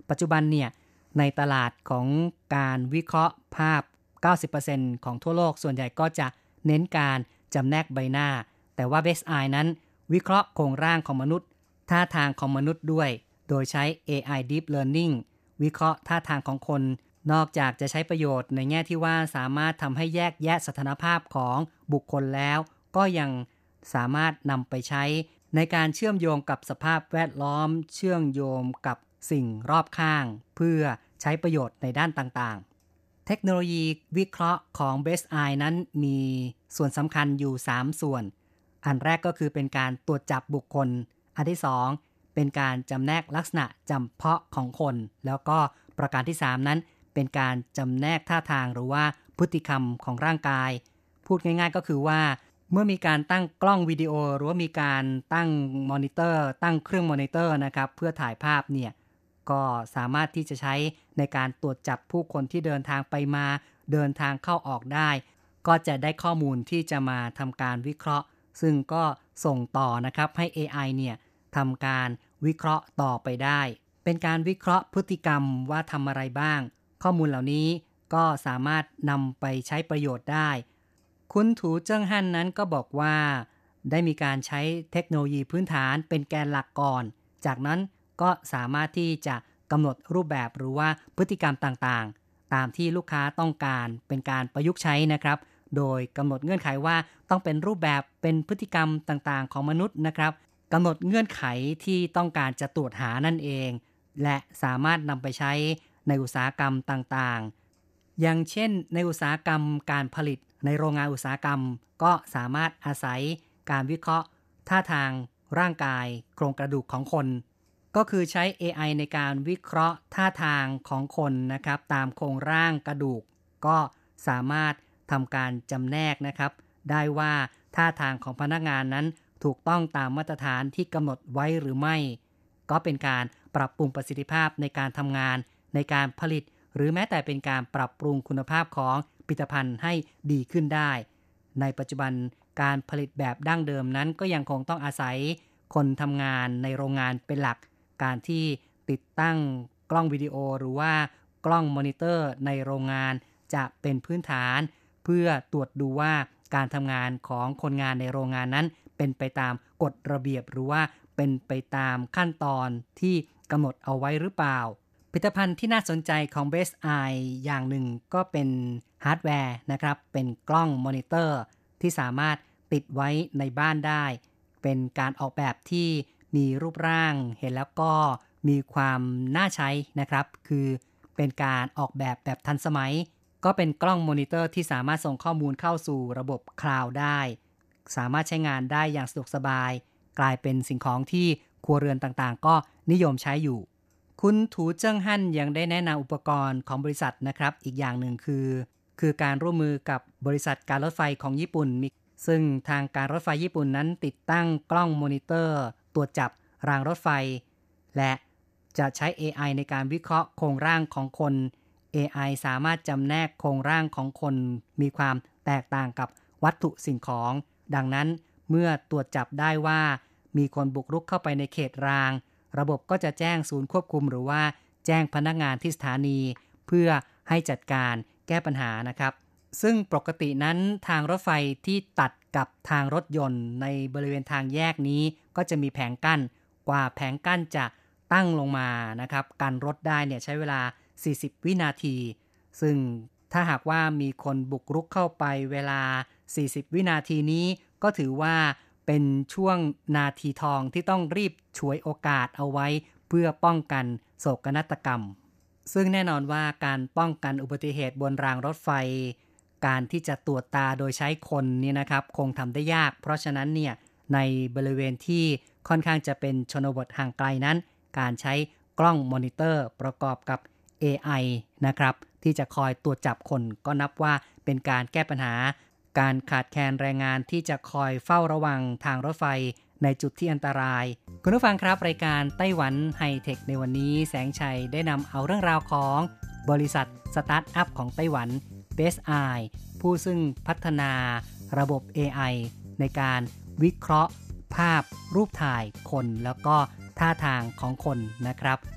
ปัจจุบันเนี่ยในตลาดของการวิเคราะห์ภาพ เก้าสิบเปอร์เซ็นต์ ของทั่วโลกส่วนใหญ่ก็จะเน้นการจำแนกใบหน้าแต่ว่า Best Eye นั้นวิเคราะห์โครงร่างของมนุษย์ท่าทางของมนุษย์ด้วยโดยใช้ เอ ไอ Deep Learning วิเคราะห์ท่าทางของคนนอกจากจะใช้ประโยชน์ในแง่ที่ว่าสามารถทำให้แยกแยะสถานภาพของบุคคลแล้วก็ยังสามารถนำไปใช้ในการเชื่อมโยงกับสภาพแวดล้อมเชื่อมโยงกับสิ่งรอบข้างเพื่อใช้ประโยชน์ในด้านต่างๆเทคโนโลยีวิเคราะห์ของ Best Eye นั้นมีส่วนสำคัญอยู่สามส่วนอันแรกก็คือเป็นการตรวจจับบุคคลอันที่สองเป็นการจำแนกลักษณะจำเพาะของคนแล้วก็ประการที่สามนั้นเป็นการจำแนกท่าทางหรือว่าพฤติกรรมของร่างกายพูดง่ายๆก็คือว่าเมื่อมีการตั้งกล้องวิดีโอหรือว่ามีการตั้งมอนิเตอร์ตั้งเครื่องมอนิเตอร์นะครับเพื่อถ่ายภาพเนี่ยก็สามารถที่จะใช้ในการตรวจจับผู้คนที่เดินทางไปมาเดินทางเข้าออกได้ก็จะได้ข้อมูลที่จะมาทำการวิเคราะห์ซึ่งก็ส่งต่อนะครับให้ เอ ไอ เนี่ยทำการวิเคราะห์ต่อไปได้เป็นการวิเคราะห์พฤติกรรมว่าทำอะไรบ้างข้อมูลเหล่านี้ก็สามารถนำไปใช้ประโยชน์ได้คุณถูเจิ้งฮั่นนั้นก็บอกว่าได้มีการใช้เทคโนโลยีพื้นฐานเป็นแกนหลักก่อนจากนั้นก็สามารถที่จะกำหนดรูปแบบหรือว่าพฤติกรรมต่างๆตามที่ลูกค้าต้องการเป็นการประยุกต์ใช้นะครับโดยกำหนดเงื่อนไขว่าต้องเป็นรูปแบบเป็นพฤติกรรมต่างๆของมนุษย์นะครับกำหนดเงื่อนไขที่ต้องการจะตรวจหานั่นเองและสามารถนำไปใช้ในอุตสาหกรรมต่างๆอย่างเช่นในอุตสาหกรรมการผลิตในโรงงานอุตสาหกรรมก็สามารถอาศัยการวิเคราะห์ท่าทางร่างกายโครงกระดูกของคนก็คือใช้ เอ ไอ ในการวิเคราะห์ท่าทางของคนนะครับตามโครงร่างกระดูกก็สามารถทำการจำแนกนะครับได้ว่าท่าทางของพนักงานนั้นถูกต้องตามมาตรฐานที่กำหนดไว้หรือไม่ก็เป็นการปรับปรุงประสิทธิภาพในการทำงานในการผลิตหรือแม้แต่เป็นการปรับปรุงคุณภาพของผลิตภัณฑ์ให้ดีขึ้นได้ในปัจจุบันการผลิตแบบดั้งเดิมนั้นก็ยังคงต้องอาศัยคนทำงานในโรงงานเป็นหลักการที่ติดตั้งกล้องวิดีโอหรือว่ากล้องมอนิเตอร์ในโรงงานจะเป็นพื้นฐานเพื่อตรวจดูว่าการทำงานของคนงานในโรงงานนั้นเป็นไปตามกฎระเบียบหรือว่าเป็นไปตามขั้นตอนที่กำหนดเอาไว้หรือเปล่าผลิตภัณฑ์ที่น่าสนใจของ Best Eye อย่างหนึ่งก็เป็นฮาร์ดแวร์นะครับเป็นกล้องมอนิเตอร์ที่สามารถติดไว้ในบ้านได้เป็นการออกแบบที่มีรูปร่างเห็นแล้วก็มีความน่าใช้นะครับคือเป็นการออกแบบแบบทันสมัยก็เป็นกล้องมอนิเตอร์ที่สามารถส่งข้อมูลเข้าสู่ระบบคลาวด์ได้สามารถใช้งานได้อย่างสะดวกสบายกลายเป็นสิ่งของที่ครัวเรือนต่างๆก็นิยมใช้อยู่คุณถูเจิ้งฮั่นยังได้แนะนำอุปกรณ์ของบริษัทนะครับอีกอย่างหนึ่งคือคือการร่วมมือกับบริษัทการรถไฟของญี่ปุ่นซึ่งทางการรถไฟญี่ปุ่นนั้นติดตั้งกล้องมอนิเตอร์ตรวจจับรางรถไฟและจะใช้ เอ ไอ ในการวิเคราะห์โครงร่างของคน เอ ไอ สามารถจำแนกโครงร่างของคนมีความแตกต่างกับวัตถุสิ่งของดังนั้นเมื่อตรวจจับได้ว่ามีคนบุกรุกเข้าไปในเขตรางระบบก็จะแจ้งศูนย์ควบคุมหรือว่าแจ้งพนักงานที่สถานีเพื่อให้จัดการแก้ปัญหานะครับซึ่งปกตินั้นทางรถไฟที่ตัดกับทางรถยนต์ในบริเวณทางแยกนี้ก็จะมีแผงกั้นกว่าแผงกั้นจะตั้งลงมานะครับกันรถได้เนี่ยใช้เวลาสี่สิบวินาทีซึ่งถ้าหากว่ามีคนบุกรุกเข้าไปเวลาสี่สิบวินาทีนี้ก็ถือว่าเป็นช่วงนาทีทองที่ต้องรีบฉวยโอกาสเอาไว้เพื่อป้องกันโศกนาฏกรรมซึ่งแน่นอนว่าการป้องกันอุบัติเหตุบนรางรถไฟการที่จะตรวจตาโดยใช้คนนี่นะครับคงทำได้ยากเพราะฉะนั้นเนี่ยในบริเวณที่ค่อนข้างจะเป็นชนบทห่างไกลนั้นการใช้กล้องมอนิเตอร์ประกอบกับ เอ ไอ นะครับที่จะคอยตรวจจับคนก็นับว่าเป็นการแก้ปัญหาการขาดแคลนแรงงานที่จะคอยเฝ้าระวังทางรถไฟในจุดที่อันตรายคุณผู้ฟังครับรายการไต้หวันไฮเทคในวันนี้แสงชัยได้นำเอาเรื่องราวของบริษัทสตาร์ทอัพของไต้หวัน Best Eye ผู้ซึ่งพัฒนาระบบ เอ ไอ ในการวิเคราะห์ภาพรูปถ่ายคนแล้วก็ท่าทางของคนนะครับ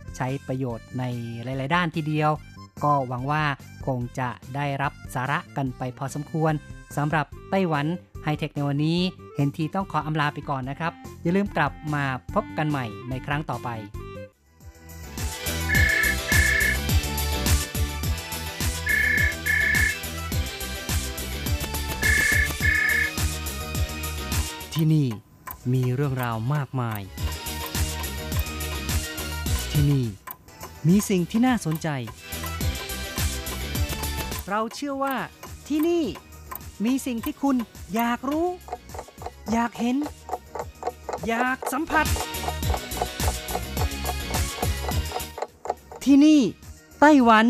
ใช้ประโยชน์ในหลายๆด้านทีเดียวก็หวังว่าคงจะได้รับสาระกันไปพอสมควรสำหรับไต้หวันไฮเทคในวันนี้เห็นทีต้องขออำลาไปก่อนนะครับอย่าลืมกลับมาพบกันใหม่ในครั้งต่อไปที่นี่มีเรื่องราวมากมายที่นี่มีสิ่งที่น่าสนใจเราเชื่อว่าที่นี่มีสิ่งที่คุณอยากรู้อยากเห็นอยากสัมผัสที่นี่ไต้หวัน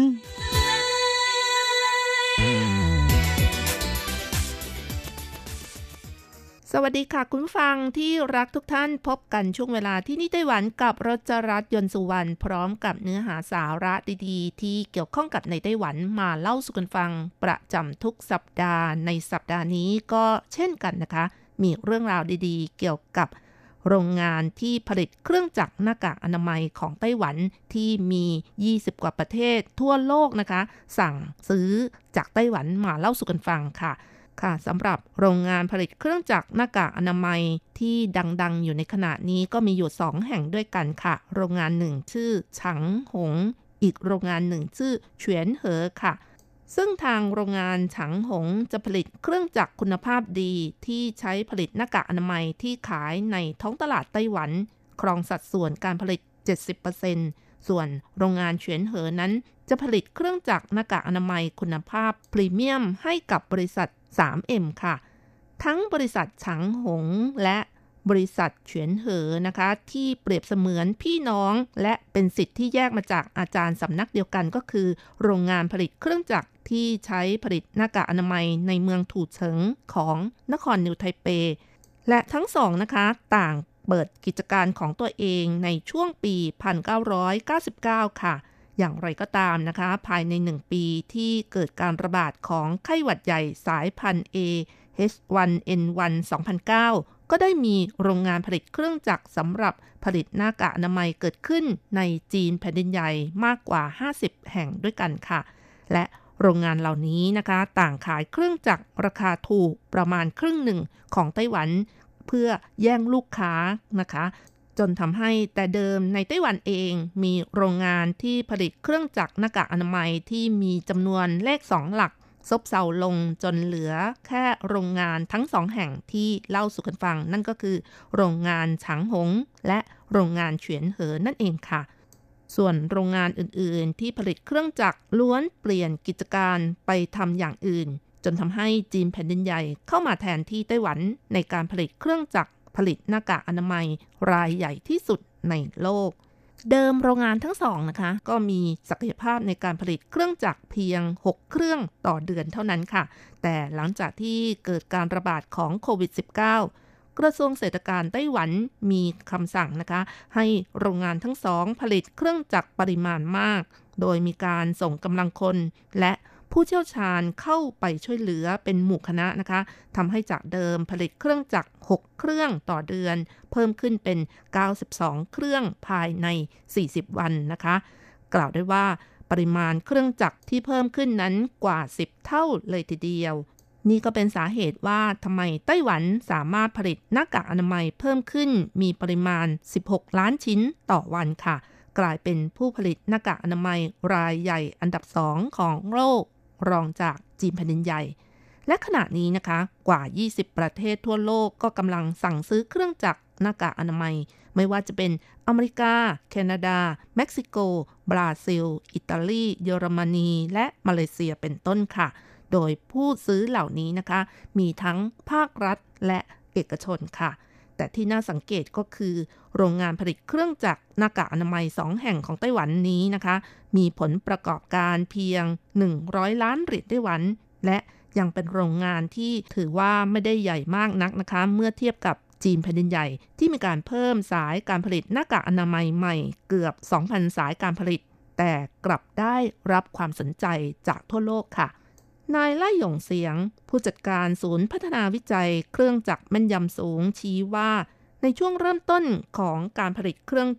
สวัสดีค่ะคุณผู้ฟังที่รักทุกท่านพบกันช่วงเวลาที่นี่ไต้หวันกับรจรัสยนต์สุวรรณพร้อมกับเนื้อหาสาระดีๆที่เกี่ยวข้องกับในไต้หวันมาเล่าสู่กันฟังประจำทุกสัปดาห์ในสัปดาห์นี้ก็เช่นกันนะคะมีเรื่องราวดีๆเกี่ยวกับโรงงานที่ผลิตเครื่องจักรหน้ากากอนามัยของไต้หวันที่มียี่สิบกว่าประเทศทั่วโลกนะคะสั่งซื้อจากไต้หวันมาเล่าสู่กันฟังค่ะค่ะสำหรับโรงงานผลิตเครื่องจักรหน้ากากอนามัยที่ดังๆอยู่ในขณะนี้ก็มีอยู่สองแห่งด้วยกันค่ะโรงงานหนึ่งชื่อฉังหงอีกโรงงานหนึ่งชื่อเฉวียนเหอค่ะซึ่งทางโรงงานฉังหงจะผลิตเครื่องจักรคุณภาพดีที่ใช้ผลิตหน้ากากอนามัยที่ขายในท้องตลาดไต้หวันครองสัดส่วนการผลิต เจ็ดสิบเปอร์เซ็นต์ ส่วนโรงงานเฉวียนเหอนั้นจะผลิตเครื่องจักรหน้ากากอนามัยคุณภาพพรีเมียมให้กับบริษัท ทรี เอ็ม ค่ะทั้งบริษัทฉังหงและบริษัทเฉวียนเหอนะคะที่เปรียบเสมือนพี่น้องและเป็นสิทธิ์ที่แยกมาจากอาจารย์สำนักเดียวกันก็คือโรงงานผลิตเครื่องจักรที่ใช้ผลิตหน้ากากอนามัยในเมืองถูเฉิงของนครนิวไทเปและทั้งสองนะคะต่างเปิดกิจการของตัวเองในช่วงปี หนึ่งพันเก้าร้อยเก้าสิบเก้า ค่ะอย่างไรก็ตามนะคะภายในหนึ่งปีที่เกิดการระบาดของไข้หวัดใหญ่สายพันธุ์ เอ เอช วัน เอ็น วัน สองพันเก้า ก็ได้มีโรงงานผลิตเครื่องจักรสำหรับผลิตหน้ากากอนามัยเกิดขึ้นในจีนแผ่นดินใหญ่มากกว่าห้าสิบแห่งด้วยกันค่ะและโรงงานเหล่านี้นะคะต่างขายเครื่องจักรราคาถูกประมาณครึ่งหนึ่งของไต้หวันเพื่อแย่งลูกค้านะคะจนทำให้แต่เดิมในไต้หวันเองมีโรงงานที่ผลิตเครื่องจักรหน้ากากอนามัยที่มีจำนวนเลขสองหลักซบเซาลงจนเหลือแค่โรงงานทั้งสองแห่งที่เล่าสู่กันฟังนั่นก็คือโรงงานฉางหงและโรงงานเฉวียนเหอนั่นเองค่ะส่วนโรงงานอื่นๆที่ผลิตเครื่องจักรล้วนเปลี่ยนกิจการไปทำอย่างอื่นจนทำให้จีนแผ่นดินใหญ่เข้ามาแทนที่ไต้หวันในการผลิตเครื่องจักรผลิตหน้ากากอนามัยรายใหญ่ที่สุดในโลกเดิมโรงงานทั้งสองนะคะก็มีศักยภาพในการผลิตเครื่องจักรเพียงหกเครื่องต่อเดือนเท่านั้นค่ะแต่หลังจากที่เกิดการระบาดของโควิด สิบเก้า กระทรวงเศรษฐกิจไต้หวันมีคำสั่งนะคะให้โรงงานทั้งสองผลิตเครื่องจักรปริมาณมากโดยมีการส่งกำลังคนและผู้เชี่ยวชาญเข้าไปช่วยเหลือเป็นหมู่คณะนะคะทำให้จากเดิมผลิตเครื่องจักรหกเครื่องต่อเดือนเพิ่มขึ้นเป็นเก้าสิบสองเครื่องภายในสี่สิบวันนะคะกล่าวได้ว่าปริมาณเครื่องจักรที่เพิ่มขึ้นนั้นกว่าสิบเท่าเลยทีเดียวนี่ก็เป็นสาเหตุว่าทำไมไต้หวันสามารถผลิตหน้ากากอนามัยเพิ่มขึ้นมีปริมาณสิบหกล้านชิ้นต่อวันค่ะกลายเป็นผู้ผลิตหน้ากากอนามัยรายใหญ่อันดับสองของโลกรองจากจีนแผ่นดินใหญ่และขณะนี้นะคะกว่ายี่สิบประเทศทั่วโลกก็กำลังสั่งซื้อเครื่องจักรหน้ากากอนามัยไม่ว่าจะเป็นอเมริกาแคนาดาเม็กซิโกบราซิลอิตาลีเยอรมนีและมาเลเซียเป็นต้นค่ะโดยผู้ซื้อเหล่านี้นะคะมีทั้งภาครัฐและเอกชนค่ะแต่ที่น่าสังเกตก็คือโรงงานผลิตเครื่องจักรหน้ากากอนามัยสองแห่งของไต้หวันนี้นะคะมีผลประกอบการเพียงหนึ่งร้อยล้านเหรียญไต้หวันและยังเป็นโรงงานที่ถือว่าไม่ได้ใหญ่มากนักนะคะเมื่อเทียบกับจีนแผ่นดินใหญ่ที่มีการเพิ่มสายการผลิตหน้ากากอนามัยใหม่เกือบ สองพัน สายการผลิตแต่กลับได้รับความสนใจจากทั่วโลกค่ะนายไล่หยงเสียงผู้จัดการศูนย์พัฒนาวิจัยเครื่องจักรแม่นยำสูงชี้ว่าในช่วงเริ่มต้นของการผลิตเครื่องจักร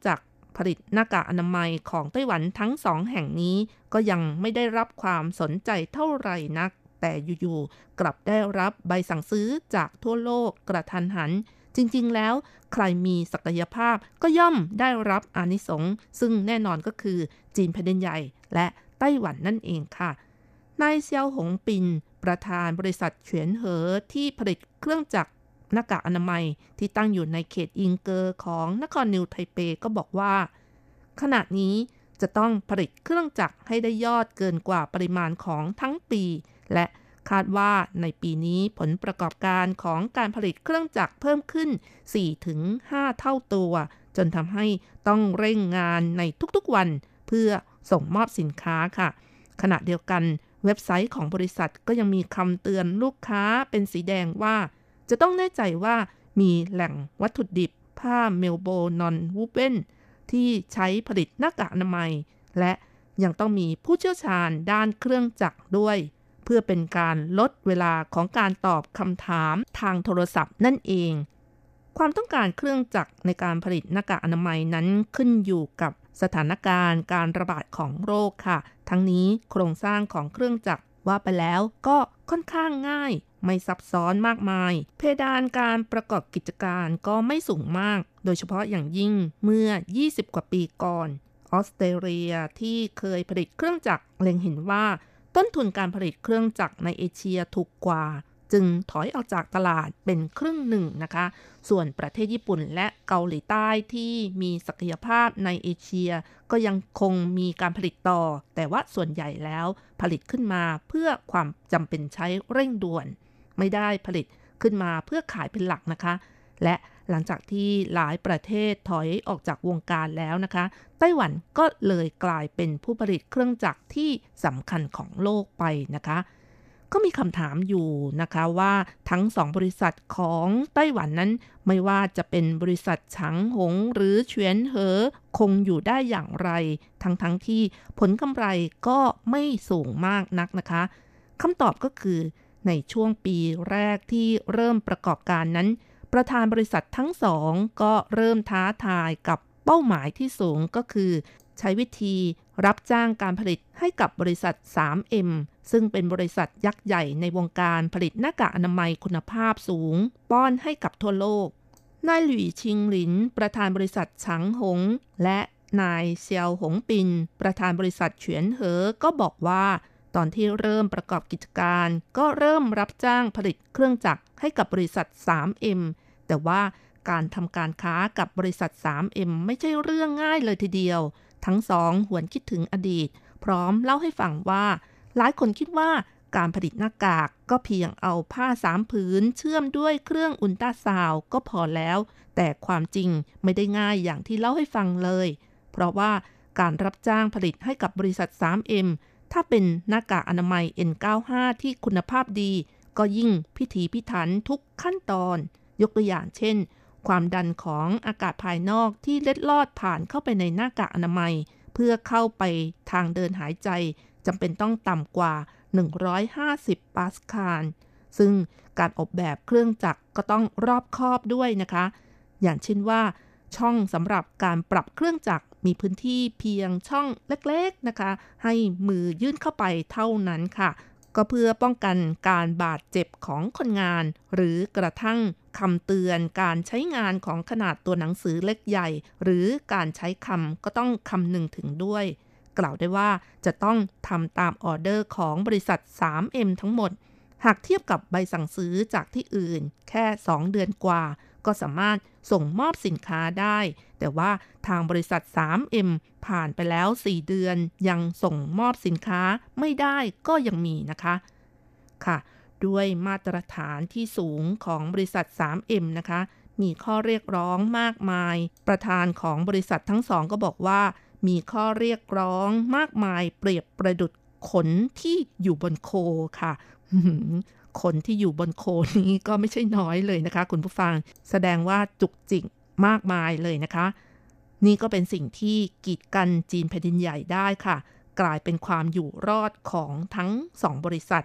ผลิตหน้ากากอนามัยของไต้หวันทั้งสองแห่งนี้ก็ยังไม่ได้รับความสนใจเท่าไหร่นักแต่อยู่ๆกลับได้รับใบสั่งซื้อจากทั่วโลกกระทันหันจริงๆแล้วใครมีศักยภาพก็ย่อมได้รับอานิสงส์ซึ่งแน่นอนก็คือจีนแผ่นดินใหญ่และไต้หวันนั่นเองค่ะนายเซียวหงปินประธานบริษัทเฉียนเหอที่ผลิตเครื่องจักรหน้ากากอนามัยที่ตั้งอยู่ในเขตอิงเกอร์ของนครนิวไทเปก็บอกว่าขณะนี้จะต้องผลิตเครื่องจักรให้ได้ยอดเกินกว่าปริมาณของทั้งปีและคาดว่าในปีนี้ผลประกอบการของการผลิตเครื่องจักรเพิ่มขึ้น สี่ถึงห้า เท่าตัวจนทำให้ต้องเร่งงานในทุกๆวันเพื่อส่งมอบสินค้าค่ะขณะเดียวกันเว็บไซต์ของบริษัทก็ยังมีคำเตือนลูกค้าเป็นสีแดงว่าจะต้องแน่ใจว่ามีแหล่งวัตถุดิบผ้าเมลโบนอนวูเวนที่ใช้ผลิตหน้ากากอนามัยและยังต้องมีผู้เชี่ยวชาญด้านเครื่องจักรด้วยเพื่อเป็นการลดเวลาของการตอบคำถามทางโทรศัพท์นั่นเองความต้องการเครื่องจักรในการผลิตหน้ากากอนามัยนั้นขึ้นอยู่กับสถานการณ์การระบาดของโรคค่ะทั้งนี้โครงสร้างของเครื่องจักรว่าไปแล้วก็ค่อนข้างง่ายไม่ซับซ้อนมากมายเพดานการประกอบกิจการก็ไม่สูงมากโดยเฉพาะอย่างยิ่งเมื่อยี่สิบกว่าปีก่อนออสเตรเลียที่เคยผลิตเครื่องจักรเล็งเห็นว่าต้นทุนการผลิตเครื่องจักรในเอเชียถูกกว่าจึงถอยออกจากตลาดเป็นครึ่งหนึ่งนะคะส่วนประเทศญี่ปุ่นและเกาหลีใต้ที่มีศักยภาพในเอเชียก็ยังคงมีการผลิตต่อแต่ว่าส่วนใหญ่แล้วผลิตขึ้นมาเพื่อความจำเป็นใช้เร่งด่วนไม่ได้ผลิตขึ้นมาเพื่อขายเป็นหลักนะคะและหลังจากที่หลายประเทศถอยออกจากวงการแล้วนะคะไต้หวันก็เลยกลายเป็นผู้ผลิตเครื่องจักรที่สำคัญของโลกไปนะคะก็มีคำถามอยู่นะคะว่าทั้งสองบริษัทของไต้หวันนั้นไม่ว่าจะเป็นบริษัทฉางหงหรือเฉียนเหอคงอยู่ได้อย่างไรทั้งทั้งที่ผลกำไรก็ไม่สูงมากนักนะคะคำตอบก็คือในช่วงปีแรกที่เริ่มประกอบการนั้นประธานบริษัททั้งสองก็เริ่มท้าทายกับเป้าหมายที่สูงก็คือใช้วิธีรับจ้างการผลิตให้กับบริษัท ทรี เอ็ม ซึ่งเป็นบริษัทยักษ์ใหญ่ในวงการผลิตหน้ากากอนามัยคุณภาพสูงป้อนให้กับทั่วโลกนายหลี่ชิงหลินประธานบริษัทฉางหงและนายเซียวหงปินประธานบริษัทเฉียนเหอก็บอกว่าตอนที่เริ่มประกอบกิจการก็เริ่มรับจ้างผลิตเครื่องจักรให้กับบริษัท ทรี เอ็ม แต่ว่าการทำการค้ากับบริษัท ทรี เอ็ม ไม่ใช่เรื่องง่ายเลยทีเดียวทั้งสองหวนคิดถึงอดีตพร้อมเล่าให้ฟังว่าหลายคนคิดว่าการผลิตหน้ากากก็เพียงเอาผ้าสามผืนเชื่อมด้วยเครื่องอุลตราซาวด์ก็พอแล้วแต่ความจริงไม่ได้ง่ายอย่างที่เล่าให้ฟังเลยเพราะว่าการรับจ้างผลิตให้กับบริษัท ทรี เอ็ม ถ้าเป็นหน้ากากอนามัย เอ็น เก้าสิบห้า ที่คุณภาพดีก็ยิ่งพิถีพิถันทุกขั้นตอนยกตัวอย่างเช่นความดันของอากาศภายนอกที่เล็ดลอดผ่านเข้าไปในหน้ากากอนามัยเพื่อเข้าไปทางเดินหายใจจำเป็นต้องต่ำกว่าหนึ่งร้อยห้าสิบปาสคาลซึ่งการออกแบบเครื่องจักรก็ต้องรอบคอบด้วยนะคะอย่างเช่นว่าช่องสำหรับการปรับเครื่องจักรมีพื้นที่เพียงช่องเล็กๆนะคะให้มือยื่นเข้าไปเท่านั้นค่ะก็เพื่อป้องกันการบาดเจ็บของคนงานหรือกระทั่งคำเตือนการใช้งานของขนาดตัวหนังสือเล็กใหญ่หรือการใช้คำก็ต้องคำนึงถึงด้วยกล่าวได้ว่าจะต้องทำตามออเดอร์ของบริษัท ทรี เอ็ม ทั้งหมดหากเทียบกับใบสั่งซื้อจากที่อื่นแค่สองเดือนกว่าก็สามารถส่งมอบสินค้าได้แต่ว่าทางบริษัท ทรี เอ็ม ผ่านไปแล้วสี่เดือนยังส่งมอบสินค้าไม่ได้ก็ยังมีนะคะค่ะด้วยมาตรฐานที่สูงของบริษัท ทรี เอ็ม นะคะมีข้อเรียกร้องมากมายประธานของบริษัททั้งสองก็บอกว่ามีข้อเรียกร้องมากมายเปรียบประดุจขนที่อยู่บนโคค่ะขนที่อยู่บนโคนี้ก็ไม่ใช่น้อยเลยนะคะคุณผู้ฟังแสดงว่าจุกจิกมากมายเลยนะคะนี่ก็เป็นสิ่งที่กีดกันจีนแผ่นดินใหญ่ได้ค่ะกลายเป็นความอยู่รอดของทั้งสองบริษัท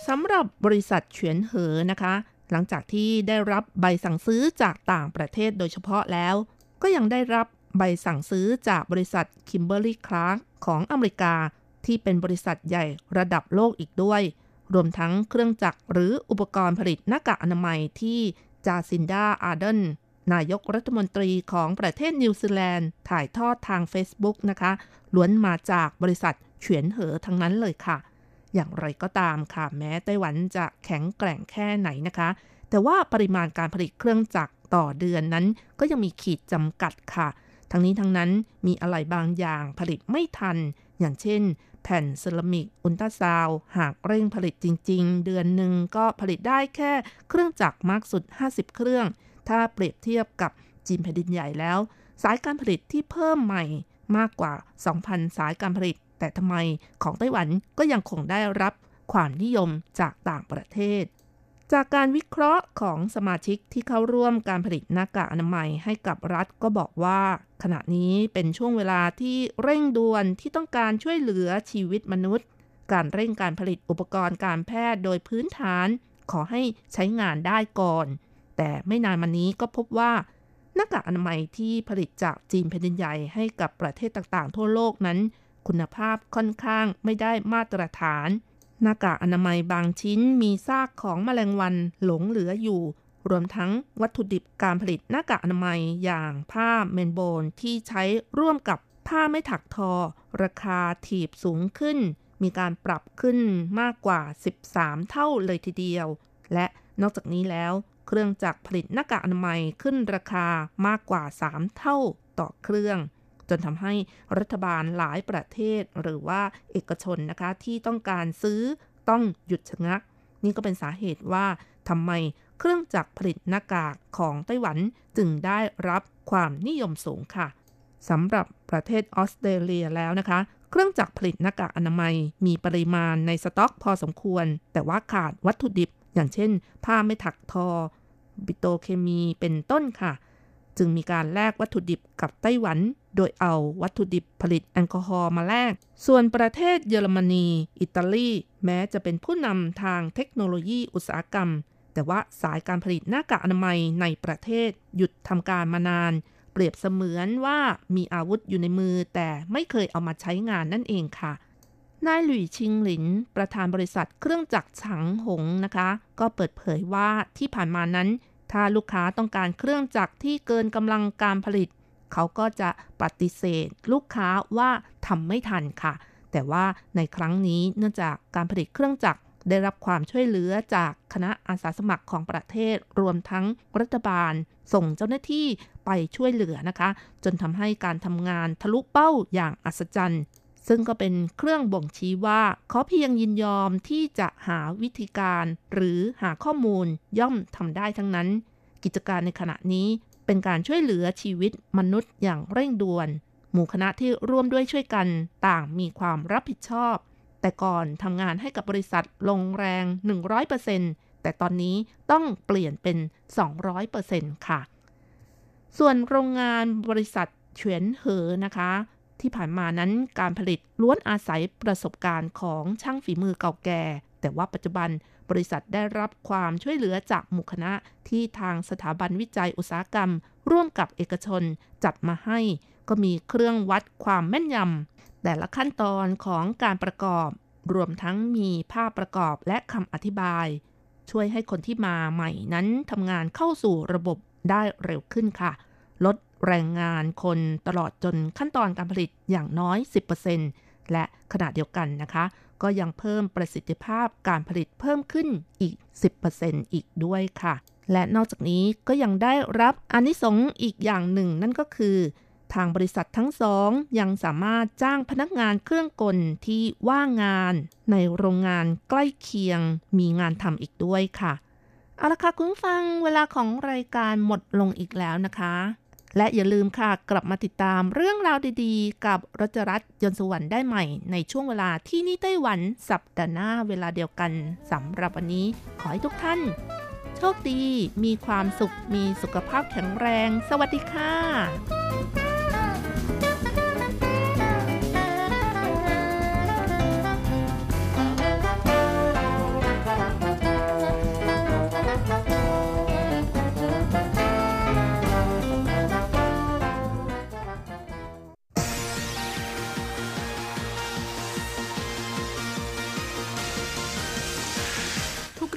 สำหรับบริษัทเฉียนเหอนะคะหลังจากที่ได้รับใบสั่งซื้อจากต่างประเทศโดยเฉพาะแล้วก็ยังได้รับใบสั่งซื้อจากบริษัท Kimberly-Clark ของอเมริกาที่เป็นบริษัทใหญ่ระดับโลกอีกด้วยรวมทั้งเครื่องจักรหรืออุปกรณ์ผลิตหน้ากากอนามัยที่จาซินดา อาร์เดนนายกรัฐมนตรีของประเทศนิวซีแลนด์ถ่ายทอดทาง Facebook นะคะล้วนมาจากบริษัทเฉียนเหอทั้งนั้นเลยค่ะอย่างไรก็ตามค่ะแม้ไต้หวันจะแข็งแกร่งแค่ไหนนะคะแต่ว่าปริมาณการผลิตเครื่องจักรต่อเดือนนั้นก็ยังมีขีดจำกัดค่ะทั้งนี้ทั้งนั้นมีอะไรบางอย่างผลิตไม่ทันอย่างเช่นแผ่นเซรามิกอุลตราซาวด์หากเร่งผลิตจริงๆเดือนหนึ่งก็ผลิตได้แค่เครื่องจักรมากสุดห้าสิบเครื่องถ้าเปรียบเทียบกับจีนแผ่นดินใหญ่แล้วสายการผลิตที่เพิ่มใหม่มากกว่า สองพัน สายการผลิตแต่ทำไมของไต้หวันก็ยังคงได้รับความนิยมจากต่างประเทศจากการวิเคราะห์ของสมาชิกที่เข้าร่วมการผลิตหน้ากากอนามัยให้กับรัฐก็บอกว่าขณะนี้เป็นช่วงเวลาที่เร่งด่วนที่ต้องการช่วยเหลือชีวิตมนุษย์การเร่งการผลิตอุปกรณ์การแพทย์โดยพื้นฐานขอให้ใช้งานได้ก่อนแต่ไม่นานมานี้ก็พบว่าหน้ากากอนามัยที่ผลิตจากจีนแผ่นดินใหญ่ให้กับประเทศต่างๆทั่วโลกนั้นคุณภาพค่อนข้างไม่ได้มาตรฐานหน้ากากอนามัยบางชิ้นมีซากของแมลงวันหลงเหลืออยู่รวมทั้งวัตถุดิบการผลิตหน้ากากอนามัยอย่างผ้าเมนโบนที่ใช้ร่วมกับผ้าไม่ถักทอราคาถีบสูงขึ้นมีการปรับขึ้นมากกว่าสิบสามเท่าเลยทีเดียวและนอกจากนี้แล้วเครื่องจักรผลิตหน้ากากอนามัยขึ้นราคามากกว่าสามเท่าต่อเครื่องจนทำให้รัฐบาลหลายประเทศหรือว่าเอกชนนะคะที่ต้องการซื้อต้องหยุดชะงักนี่ก็เป็นสาเหตุว่าทำไมเครื่องจักรผลิตหน้ากากของไต้หวันจึงได้รับความนิยมสูงค่ะสำหรับประเทศออสเตรเลียแล้วนะคะเครื่องจักรผลิตหน้ากากอนามัยมีปริมาณในสต็อกพอสมควรแต่ว่าขาดวัตถุดิบอย่างเช่นผ้าไม่ถักทอปิโตรเคมีเป็นต้นค่ะจึงมีการแลกวัตถุดิบกับไต้หวันโดยเอาวัตถุดิบผลิตแอลกอฮอล์มาแลกส่วนประเทศเยอรมนีอิตาลีแม้จะเป็นผู้นำทางเทคโนโลยีอุตสาหกรรมแต่ว่าสายการผลิตหน้ากากอนามัยในประเทศหยุดทำการมานานเปรียบเสมือนว่ามีอาวุธอยู่ในมือแต่ไม่เคยเอามาใช้งานนั่นเองค่ะนายหลุยชิงหลินประธานบริษัทเครื่องจักรฉังหงนะคะก็เปิดเผยว่าที่ผ่านมานั้นถ้าลูกค้าต้องการเครื่องจักรที่เกินกำลังการผลิตเขาก็จะปฏิเสธลูกค้าว่าทำไม่ทันค่ะแต่ว่าในครั้งนี้เนื่องจากการผลิตเครื่องจักรได้รับความช่วยเหลือจากคณะอาสาสมัครของประเทศรวมทั้งรัฐบาลส่งเจ้าหน้าที่ไปช่วยเหลือนะคะจนทำให้การทำงานทะลุเป้าอย่างอัศจรรย์ซึ่งก็เป็นเครื่องบ่งชี้ว่าเขาเพียงยินยอมที่จะหาวิธีการหรือหาข้อมูลย่อมทำได้ทั้งนั้นกิจการในขณะนี้เป็นการช่วยเหลือชีวิตมนุษย์อย่างเร่งด่วนหมู่คณะที่ร่วมด้วยช่วยกันต่างมีความรับผิดชอบแต่ก่อนทำงานให้กับบริษัทลงแรง หนึ่งร้อยเปอร์เซ็นต์ แต่ตอนนี้ต้องเปลี่ยนเป็น สองร้อยเปอร์เซ็นต์ ค่ะส่วนโรงงานบริษัทเฉียนเหอนะคะที่ผ่านมานั้นการผลิตล้วนอาศัยประสบการณ์ของช่างฝีมือเก่าแก่แต่ว่าปัจจุบันบริษัทได้รับความช่วยเหลือจากหมู่คณะที่ทางสถาบันวิจัยอุตสาหกรรมร่วมกับเอกชนจัดมาให้ก็มีเครื่องวัดความแม่นยำแต่ละขั้นตอนของการประกอบรวมทั้งมีภาพประกอบและคำอธิบายช่วยให้คนที่มาใหม่นั้นทำงานเข้าสู่ระบบได้เร็วขึ้นค่ะลดแรงงานคนตลอดจนขั้นตอนการผลิตอย่างน้อย สิบเปอร์เซ็นต์ และขณะเดียวกันนะคะก็ยังเพิ่มประสิทธิภาพการผลิตเพิ่มขึ้นอีก สิบเปอร์เซ็นต์ อีกด้วยค่ะและนอกจากนี้ก็ยังได้รับอานิสงส์อีกอย่างหนึ่งนั่นก็คือทางบริษัททั้งสองยังสามารถจ้างพนักงานเครื่องกลที่ว่างงานในโรงงานใกล้เคียงมีงานทำอีกด้วยค่ะเอาละค่ะคุณฟังเวลาของรายการหมดลงอีกแล้วนะคะและอย่าลืมค่ะกลับมาติดตามเรื่องราวดีๆกับรัชรัตน์ยนต์สุวรรณได้ใหม่ในช่วงเวลาที่นี่ไต้หวันสัปดาห์หน้าเวลาเดียวกันสำหรับวันนี้ขอให้ทุกท่านโชคดีมีความสุขมีสุขภาพแข็งแรงสวัสดีค่ะ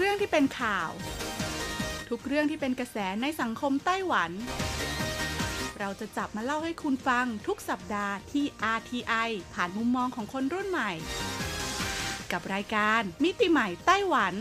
รื่องที่เป็นข่าวทุกเรื่องที่เป็นกระแสในสังคมไต้หวันเราจะจับมาเล่าให้คุณฟังทุกสัปดาห์ที่ อาร์ ที ไอ ผ่านมุมมองของคนรุ่นใหม่กับรายการมิติใหม่ไต้หวัน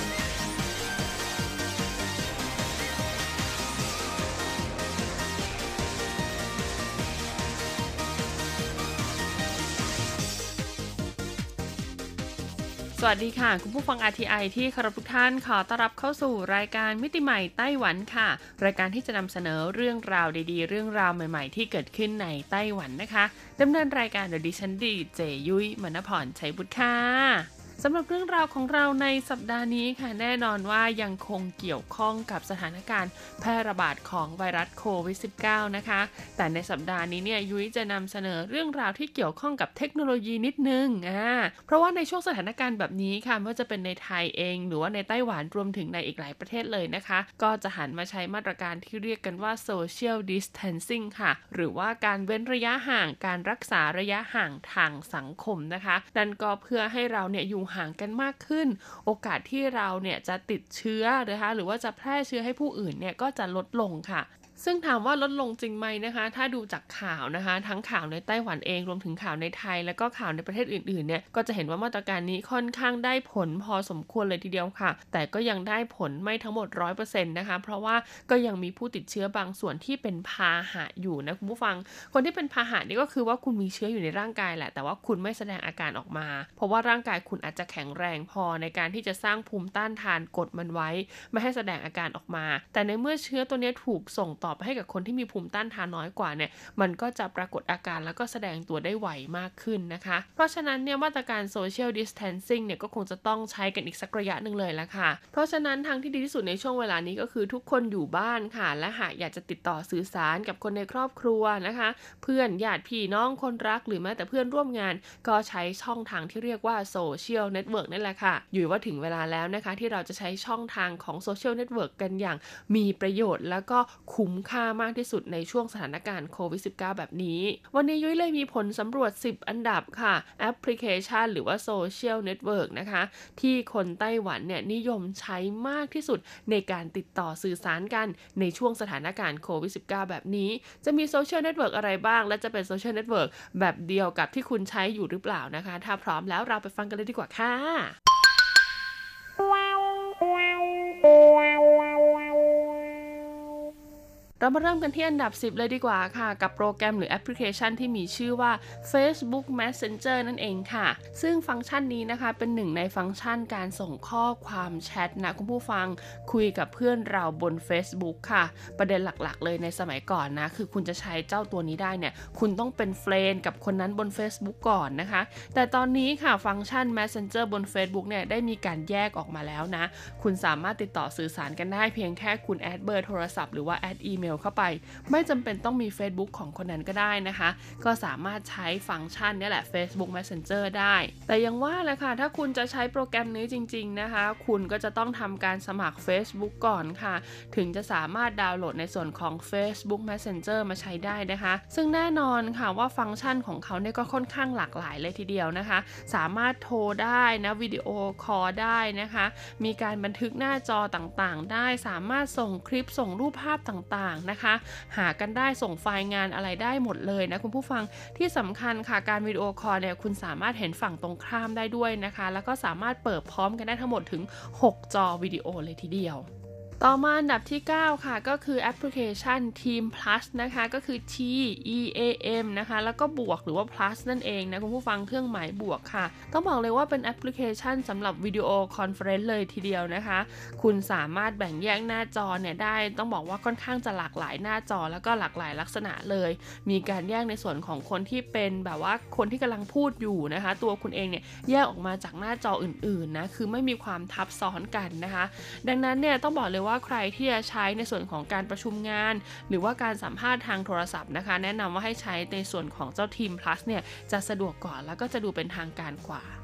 สวัสดีค่ะคุณผู้ฟัง อาร์ ที ไอ ที่เคารพทุกท่านขอต้อนรับเข้าสู่รายการมิติใหม่ไต้หวันค่ะรายการที่จะนำเสนอเรื่องราวดีๆเรื่องราวใหม่ๆที่เกิดขึ้นในไต้หวันนะคะดำเนินรายการโดยดิฉันดีเจยุ้ยมณพรชัยบุตรค่ะสำหรับเรื่องราวของเราในสัปดาห์นี้ค่ะแน่นอนว่ายังคงเกี่ยวข้องกับสถานการณ์แพร่ระบาดของไวรัสโควิด สิบเก้า นะคะแต่ในสัปดาห์นี้เนี่ยยุ้ยจะนำเสนอเรื่องราวที่เกี่ยวข้องกับเทคโนโลยีนิดนึงอ่าเพราะว่าในช่วงสถานการณ์แบบนี้ค่ะไม่ว่าจะเป็นในไทยเองหรือว่าในไต้หวันรวมถึงในอีกหลายประเทศเลยนะคะก็จะหันมาใช้มาตรการที่เรียกกันว่า social distancing ค่ะหรือว่าการเว้นระยะห่างการรักษาระยะห่างทางสังคมนะคะนั่นก็เพื่อให้เราเนี่ยอยู่ห่างกันมากขึ้นโอกาสที่เราเนี่ยจะติดเชื้อนะคะหรือว่าจะแพร่เชื้อให้ผู้อื่นเนี่ยก็จะลดลงค่ะซึ่งถามว่าลดลงจริงไหมนะคะถ้าดูจากข่าวนะคะทั้งข่าวในไต้หวันเองรวมถึงข่าวในไทยแล้วก็ข่าวในประเทศอื่นๆเนี่ยก็จะเห็นว่ามาตรการนี้ค่อนข้างได้ผลพอสมควรเลยทีเดียวค่ะแต่ก็ยังได้ผลไม่ทั้งหมด ร้อยเปอร์เซ็นต์ นะคะเพราะว่าก็ยังมีผู้ติดเชื้อบางส่วนที่เป็นพาหะอยู่นะคุณผู้ฟังคนที่เป็นพาหะนี่ก็คือว่าคุณมีเชื้ออยู่ในร่างกายแหละแต่ว่าคุณไม่แสดงอาการออกมาเพราะว่าร่างกายคุณอาจจะแข็งแรงพอในการที่จะสร้างภูมิต้านทานกดมันไว้ไม่ให้แสดงอาการออกมาแต่ในเมื่อเชื้อตัวนี้ถูกส่งต่อไปให้กับคนที่มีภูมิต้านทานน้อยกว่าเนี่ยมันก็จะปรากฏอาการแล้วก็แสดงตัวได้ไวมากขึ้นนะคะเพราะฉะนั้นเนี่ยมาตรการ social distancing เนี่ยก็คงจะต้องใช้กันอีกสักระยะหนึ่งเลยละค่ะเพราะฉะนั้นทางที่ดีที่สุดในช่วงเวลานี้ก็คือทุกคนอยู่บ้านค่ะและหากอยากจะติดต่อสื่อสารกับคนในครอบครัวนะคะเพื่อนญาติพี่น้องคนรักหรือแม้แต่เพื่อนร่วมงานก็ใช้ช่องทางที่เรียกว่า social network นั่นแหละค่ะอยู่ว่าถึงเวลาแล้วนะคะที่เราจะใช้ช่องทางของ social network กันอย่างมีประโยชน์แล้วก็คุ้มค่ามากที่สุดในช่วงสถานการณ์โควิด สิบเก้า แบบนี้วันนี้ยุ้ยเลยมีผลสำรวจสิบอันดับค่ะแอปพลิเคชันหรือว่าโซเชียลเน็ตเวิร์กนะคะที่คนไต้หวันเนี่ยนิยมใช้มากที่สุดในการติดต่อสื่อสารกันในช่วงสถานการณ์โควิด สิบเก้า แบบนี้จะมีโซเชียลเน็ตเวิร์กอะไรบ้างและจะเป็นโซเชียลเน็ตเวิร์กแบบเดียวกับที่คุณใช้อยู่หรือเปล่านะคะถ้าพร้อมแล้วเราไปฟังกันเลยดีกว่าค่ะเรามาเริ่มกันที่อันดับสิบเลยดีกว่าค่ะกับโปรแกรมหรือแอปพลิเคชันที่มีชื่อว่า Facebook Messenger นั่นเองค่ะซึ่งฟังก์ชันนี้นะคะเป็นหนึ่งในฟังก์ชันการส่งข้อความแชทนะคุณผู้ฟังคุยกับเพื่อนเราบน Facebook ค่ะประเด็นหลักๆเลยในสมัยก่อนนะคือคุณจะใช้เจ้าตัวนี้ได้เนี่ยคุณต้องเป็นเฟรนด์กับคนนั้นบน Facebook ก่อนนะคะแต่ตอนนี้ค่ะฟังก์ชัน Messenger บน Facebook เนี่ยได้มีการแยกออกมาแล้วนะคุณสามารถติดต่อสื่อสารกันได้เพียงแค่คุณแอดเบอร์โทรศัพท์หรือว่าแอดอีเมลเข้าไปไม่จำเป็นต้องมี Facebook ของคนนั้นก็ได้นะคะก็สามารถใช้ฟังก์ชันนี้แหละ Facebook Messenger ได้แต่ยังว่าแหละค่ะถ้าคุณจะใช้โปรแกรมนี้จริงๆนะคะคุณก็จะต้องทำการสมัคร Facebook ก่อนค่ะถึงจะสามารถดาวน์โหลดในส่วนของ Facebook Messenger มาใช้ได้นะคะซึ่งแน่นอนค่ะว่าฟังก์ชันของเขาเนี่ยก็ค่อนข้างหลากหลายเลยทีเดียวนะคะสามารถโทรได้นะวิดีโอคอลได้นะคะมีการบันทึกหน้าจอต่างๆได้สามารถส่งคลิปส่งรูปภาพต่างๆนะคะหากันได้ส่งไฟล์งานอะไรได้หมดเลยนะคุณผู้ฟังที่สำคัญค่ะการวิดีโอคอลเนี่ยคุณสามารถเห็นฝั่งตรงข้ามได้ด้วยนะคะแล้วก็สามารถเปิดพร้อมกันได้ทั้งหมดถึงหกจอวิดีโอเลยทีเดียวต่อมาอันดับที่เก้าค่ะก็คือแอปพลิเคชัน Team Plus นะคะก็คือ T E A M นะคะแล้วก็บวกหรือว่า plus นั่นเองนะคุณผู้ฟังเครื่องหมายบวกค่ะต้องบอกเลยว่าเป็นแอปพลิเคชันสำหรับวิดีโอคอนเฟอเรนซ์เลยทีเดียวนะคะคุณสามารถแบ่งแยกหน้าจอเนี่ยได้ต้องบอกว่าค่อนข้างจะหลากหลายหน้าจอแล้วก็หลากหลายลักษณะเลยมีการแยกในส่วนของคนที่เป็นแบบว่าคนที่กำลังพูดอยู่นะคะตัวคุณเองเนี่ยแยกออกมาจากหน้าจออื่นๆนะคือไม่มีความทับซ้อนกันนะคะดังนั้นเนี่ยต้องบอกเลยว่าใครที่จะใช้ในส่วนของการประชุมงานหรือว่าการสัมภาษณ์ทางโทรศัพท์นะคะแนะนำว่าให้ใช้ในส่วนของเจ้า Team Plus เนี่ยจะสะดวกกว่าแล้วก็จะดูเป็นทางการกว่า ต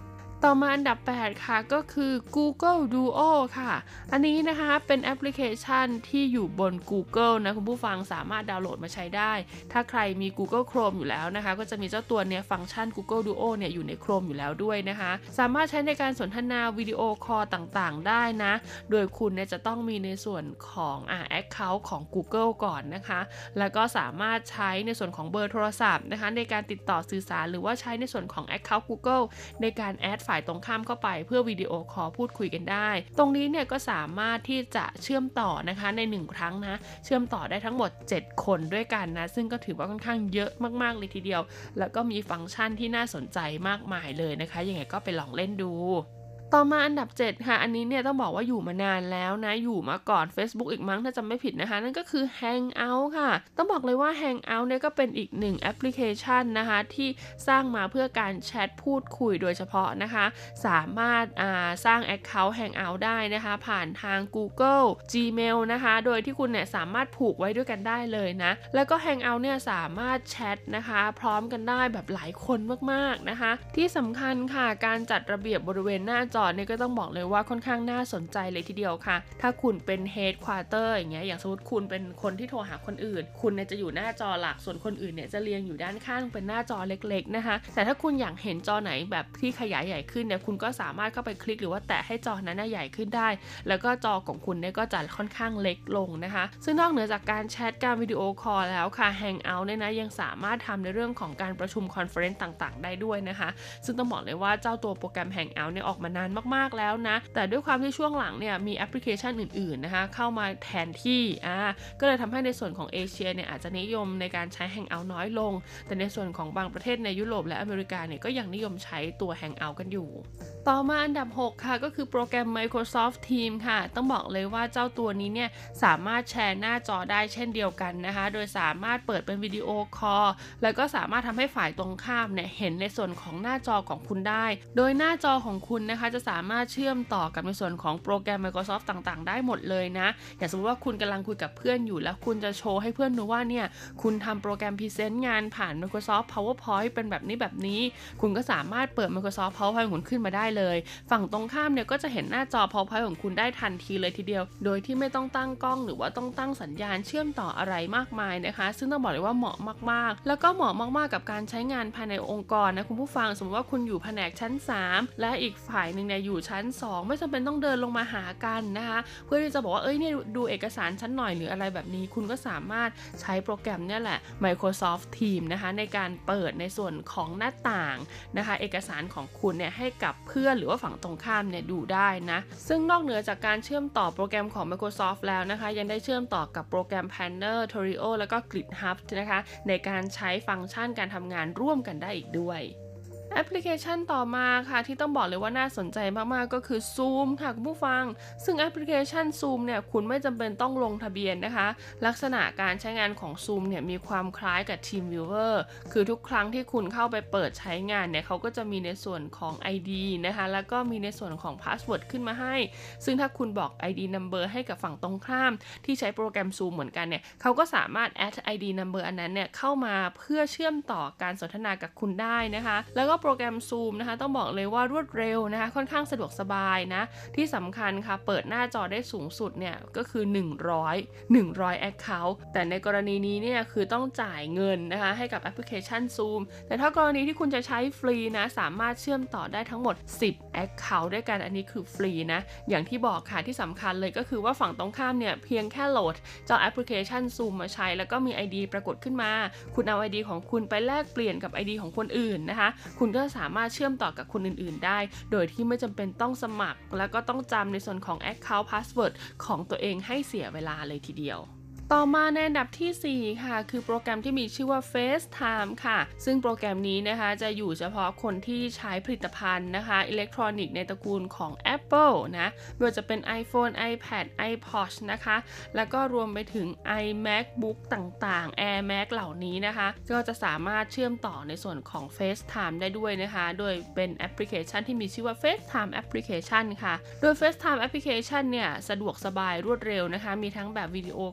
ต่อมาอันดับแปดค่ะก็คือ Google Duo ค่ะอันนี้นะคะเป็นแอปพลิเคชันที่อยู่บน Google นะคุณผู้ฟังสามารถดาวน์โหลดมาใช้ได้ถ้าใครมี Google Chrome อยู่แล้วนะคะก็จะมีเจ้าตัวเนี้ยฟังก์ชัน Google Duo เนี่ยอยู่ใน Chrome อยู่แล้วด้วยนะคะสามารถใช้ในการสนทนาวิดีโอคอลต่างๆได้นะโดยคุณเนี่ยจะต้องมีในส่วนของอ่า Account ของ Google ก่อนนะคะแล้วก็สามารถใช้ในส่วนของเบอร์โทรศัพท์นะคะในการติดต่อสื่อสารหรือว่าใช้ในส่วนของ Account Google ในการแอดฝ่ายตรงข้ามเข้าไปเพื่อวิดีโอคอลพูดคุยกันได้ตรงนี้เนี่ยก็สามารถที่จะเชื่อมต่อนะคะในหนึ่งครั้งนะเชื่อมต่อได้ทั้งหมดเจ็ดคนด้วยกันนะซึ่งก็ถือว่าค่อนข้างเยอะมากๆเลยทีเดียวแล้วก็มีฟังก์ชันที่น่าสนใจมากมายเลยนะคะยังไงก็ไปลองเล่นดูต่อมาอันดับเจ็ดค่ะอันนี้เนี่ยต้องบอกว่าอยู่มานานแล้วนะอยู่มาก่อน Facebook อีกมั้งถ้าจำไม่ผิดนะคะนั่นก็คือ Hangout ค่ะต้องบอกเลยว่า Hangout เนี่ยก็เป็นอีกหนึ่งแอปพลิเคชันนะคะที่สร้างมาเพื่อการแชทพูดคุยโดยเฉพาะนะคะสามารถอ่าสร้าง Account Hangout ได้นะคะผ่านทาง Google Gmail นะคะโดยที่คุณเนี่ยสามารถผูกไว้ด้วยกันได้เลยนะแล้วก็ Hangout เนี่ยสามารถแชทนะคะพร้อมกันได้แบบหลายคนมากๆนะคะที่สำคัญค่ะการจัดระเบียบบริเวณหน้าจอเนี่ยก็ต้องบอกเลยว่าค่อนข้างน่าสนใจเลยทีเดียวค่ะถ้าคุณเป็น Head Quarter อย่างเงี้ยอย่างสมมติคุณเป็นคนที่โทรหาคนอื่นคุณเนี่ยจะอยู่หน้าจอหลักส่วนคนอื่นเนี่ยจะเรียงอยู่ด้านข้างเป็นหน้าจอเล็กๆนะคะแต่ถ้าคุณอยากเห็นจอไหนแบบที่ขยายใหญ่ขึ้นเนี่ยคุณก็สามารถเข้าไปคลิกหรือว่าแตะให้จอนั้นใหญ่ขึ้นได้แล้วก็จอของคุณเนี่ยก็จะค่อนข้างเล็กลงนะคะซึ่งนอกเหนือจากการแชทการวิดีโอคอลแล้วค่ะ Hangout เนี่ยนะยังสามารถทำในเรื่องของการประชุมคอนเฟอเรนซ์ต่างๆได้ด้วยนะคะซึ่งต้องบอกเลยว่าเจ้าตัวโปรแกรม Hangout เนี่ยออกมานานมากๆแล้วนะแต่ด้วยความที่ช่วงหลังเนี่ยมีแอปพลิเคชันอื่นๆนะคะเข้ามาแทนที่อ่าก็เลยทำให้ในส่วนของเอเชียเนี่ยอาจจะนิยมในการใช้ Hangout น้อยลงแต่ในส่วนของบางประเทศในยุโรปและอเมริกาเนี่ยก็ยังนิยมใช้ตัว Hangout กันอยู่ต่อมาอันดับหกค่ะก็คือโปรแกรม Microsoft Teams ค่ะต้องบอกเลยว่าเจ้าตัวนี้เนี่ยสามารถแชร์หน้าจอได้เช่นเดียวกันนะคะโดยสามารถเปิดเป็นวิดีโอคอลแล้วก็สามารถทำให้ฝ่ายตรงข้ามเนี่ยเห็นในส่วนของหน้าจอของคุณได้โดยหน้าจอของคุณนะคะจะสามารถเชื่อมต่อกับในส่วนของโปรแกรม Microsoft ต่างๆได้หมดเลยนะอย่างสมมติว่าคุณกำลังคุยกับเพื่อนอยู่แล้วคุณจะโชว์ให้เพื่อนดูว่าเนี่ยคุณทำโปรแกรมพรีเซนต์งานผ่าน Microsoft PowerPoint เป็นแบบนี้แบบนี้คุณก็สามารถเปิด Microsoft PowerPoint ของคุณขึ้นมาได้เลยฝั่งตรงข้ามเนี่ยก็จะเห็นหน้าจอ PowerPoint ของคุณได้ทันทีเลยทีเดียวโดยที่ไม่ต้องตั้งกล้องหรือว่าต้องตั้งสัญญาณเชื่อมต่ออะไรมากมายนะคะซึ่งต้องบอกเลยว่าเหมาะมากๆแล้วก็เหมาะมากๆกับการใช้งานภายในองค์กรนะคุณผู้ฟังสมมติว่าคุณอยู่แผนกชั้นสามและอีกฝ่ายนึงเนี่ยอยู่ชั้นสองไม่จำเป็นต้องเดินลงมาหากันนะคะเพื่อที่จะบอกว่าเอ้ยเนี่ยดูเอกสารชั้นหน่อยหรืออะไรแบบนี้คุณก็สามารถใช้โปรแกรมเนี่ยแหละ Microsoft Teams นะคะในการเปิดในส่วนของหน้าต่างนะคะเอกสารของคุณเนี่ยให้กับเพื่อนหรือว่าฝั่งตรงข้ามเนี่ยดูได้นะซึ่งนอกเหนือจากการเชื่อมต่อโปรแกรมของ Microsoft แล้วนะคะยังได้เชื่อมต่อกับโปรแกรม Planner Trello แล้วก็ GitHub นะคะในการใช้ฟังก์ชันการทำงานร่วมกันได้อีกด้วยแอปพลิเคชันต่อมาค่ะที่ต้องบอกเลยว่าน่าสนใจมากๆก็คือ Zoom ค่ะคุณผู้ฟังซึ่งแอปพลิเคชัน Zoom เนี่ยคุณไม่จำเป็นต้องลงทะเบียนนะคะลักษณะการใช้งานของ Zoom เนี่ยมีความคล้ายกับ TeamViewer คือทุกครั้งที่คุณเข้าไปเปิดใช้งานเนี่ยเขาก็จะมีในส่วนของ ไอ ดี นะคะแล้วก็มีในส่วนของ Password ขึ้นมาให้ซึ่งถ้าคุณบอก ไอ ดี Number ให้กับฝั่งตรงข้ามที่ใช้โปรแกรม Zoom เหมือนกันเนี่ยเขาก็สามารถ add ไอ ดี Number อันนั้นเนี่ยเข้ามาเพื่อเชื่อมต่อการสนทนากับคุณได้นะคะแล้วก็โปรแกรม Zoom นะคะต้องบอกเลยว่ารวดเร็วนะคะค่อนข้างสะดวกสบายนะที่สำคัญค่ะเปิดหน้าจอได้สูงสุดเนี่ยก็คือหนึ่งร้อย หนึ่งร้อย account แต่ในกรณีนี้เนี่ยคือต้องจ่ายเงินนะคะให้กับแอปพลิเคชัน Zoom แต่ถ้ากรณีที่คุณจะใช้ฟรีนะสามารถเชื่อมต่อได้ทั้งหมดสิบ account ด้วยกันอันนี้คือฟรีนะอย่างที่บอกค่ะที่สำคัญเลยก็คือว่าฝั่งตรงข้ามเนี่ยเพียงแค่โหลดเจ้าแอปพลิเคชัน Zoom มาใช้แล้วก็มี ไอ ดี ปรากฏขึ้นมาคุณเอา ไอ ดี ของคุณไปแลกเปลี่ยนกับ ไอ ดี ของคนอื่นนะคะคุณก็สามารถเชื่อมต่อกับคนอื่นๆได้โดยที่ไม่จำเป็นต้องสมัครแล้วก็ต้องจำในส่วนของ Account Password ของตัวเองให้เสียเวลาเลยทีเดียวต่อมาในอันดับที่สี่ค่ะคือโปรแกรมที่มีชื่อว่า FaceTime ค่ะซึ่งโปรแกรมนี้นะคะจะอยู่เฉพาะคนที่ใช้ผลิตภัณฑ์นะคะอิเล็กทรอนิกส์ในตระกูลของ Apple นะไม่ว่าจะเป็น iPhone iPad iPod นะคะแล้วก็รวมไปถึง iMacBook ต่างๆ Air Max เหล่านี้นะคะก็จะสามารถเชื่อมต่อในส่วนของ FaceTime ได้ด้วยนะคะโดยเป็นแอปพลิเคชันที่มีชื่อว่า FaceTime Application ค่ะโดย FaceTime Application เนี่ยสะดวกสบายรวดเร็วนะคะมีทั้งแบบวิดีโอคอล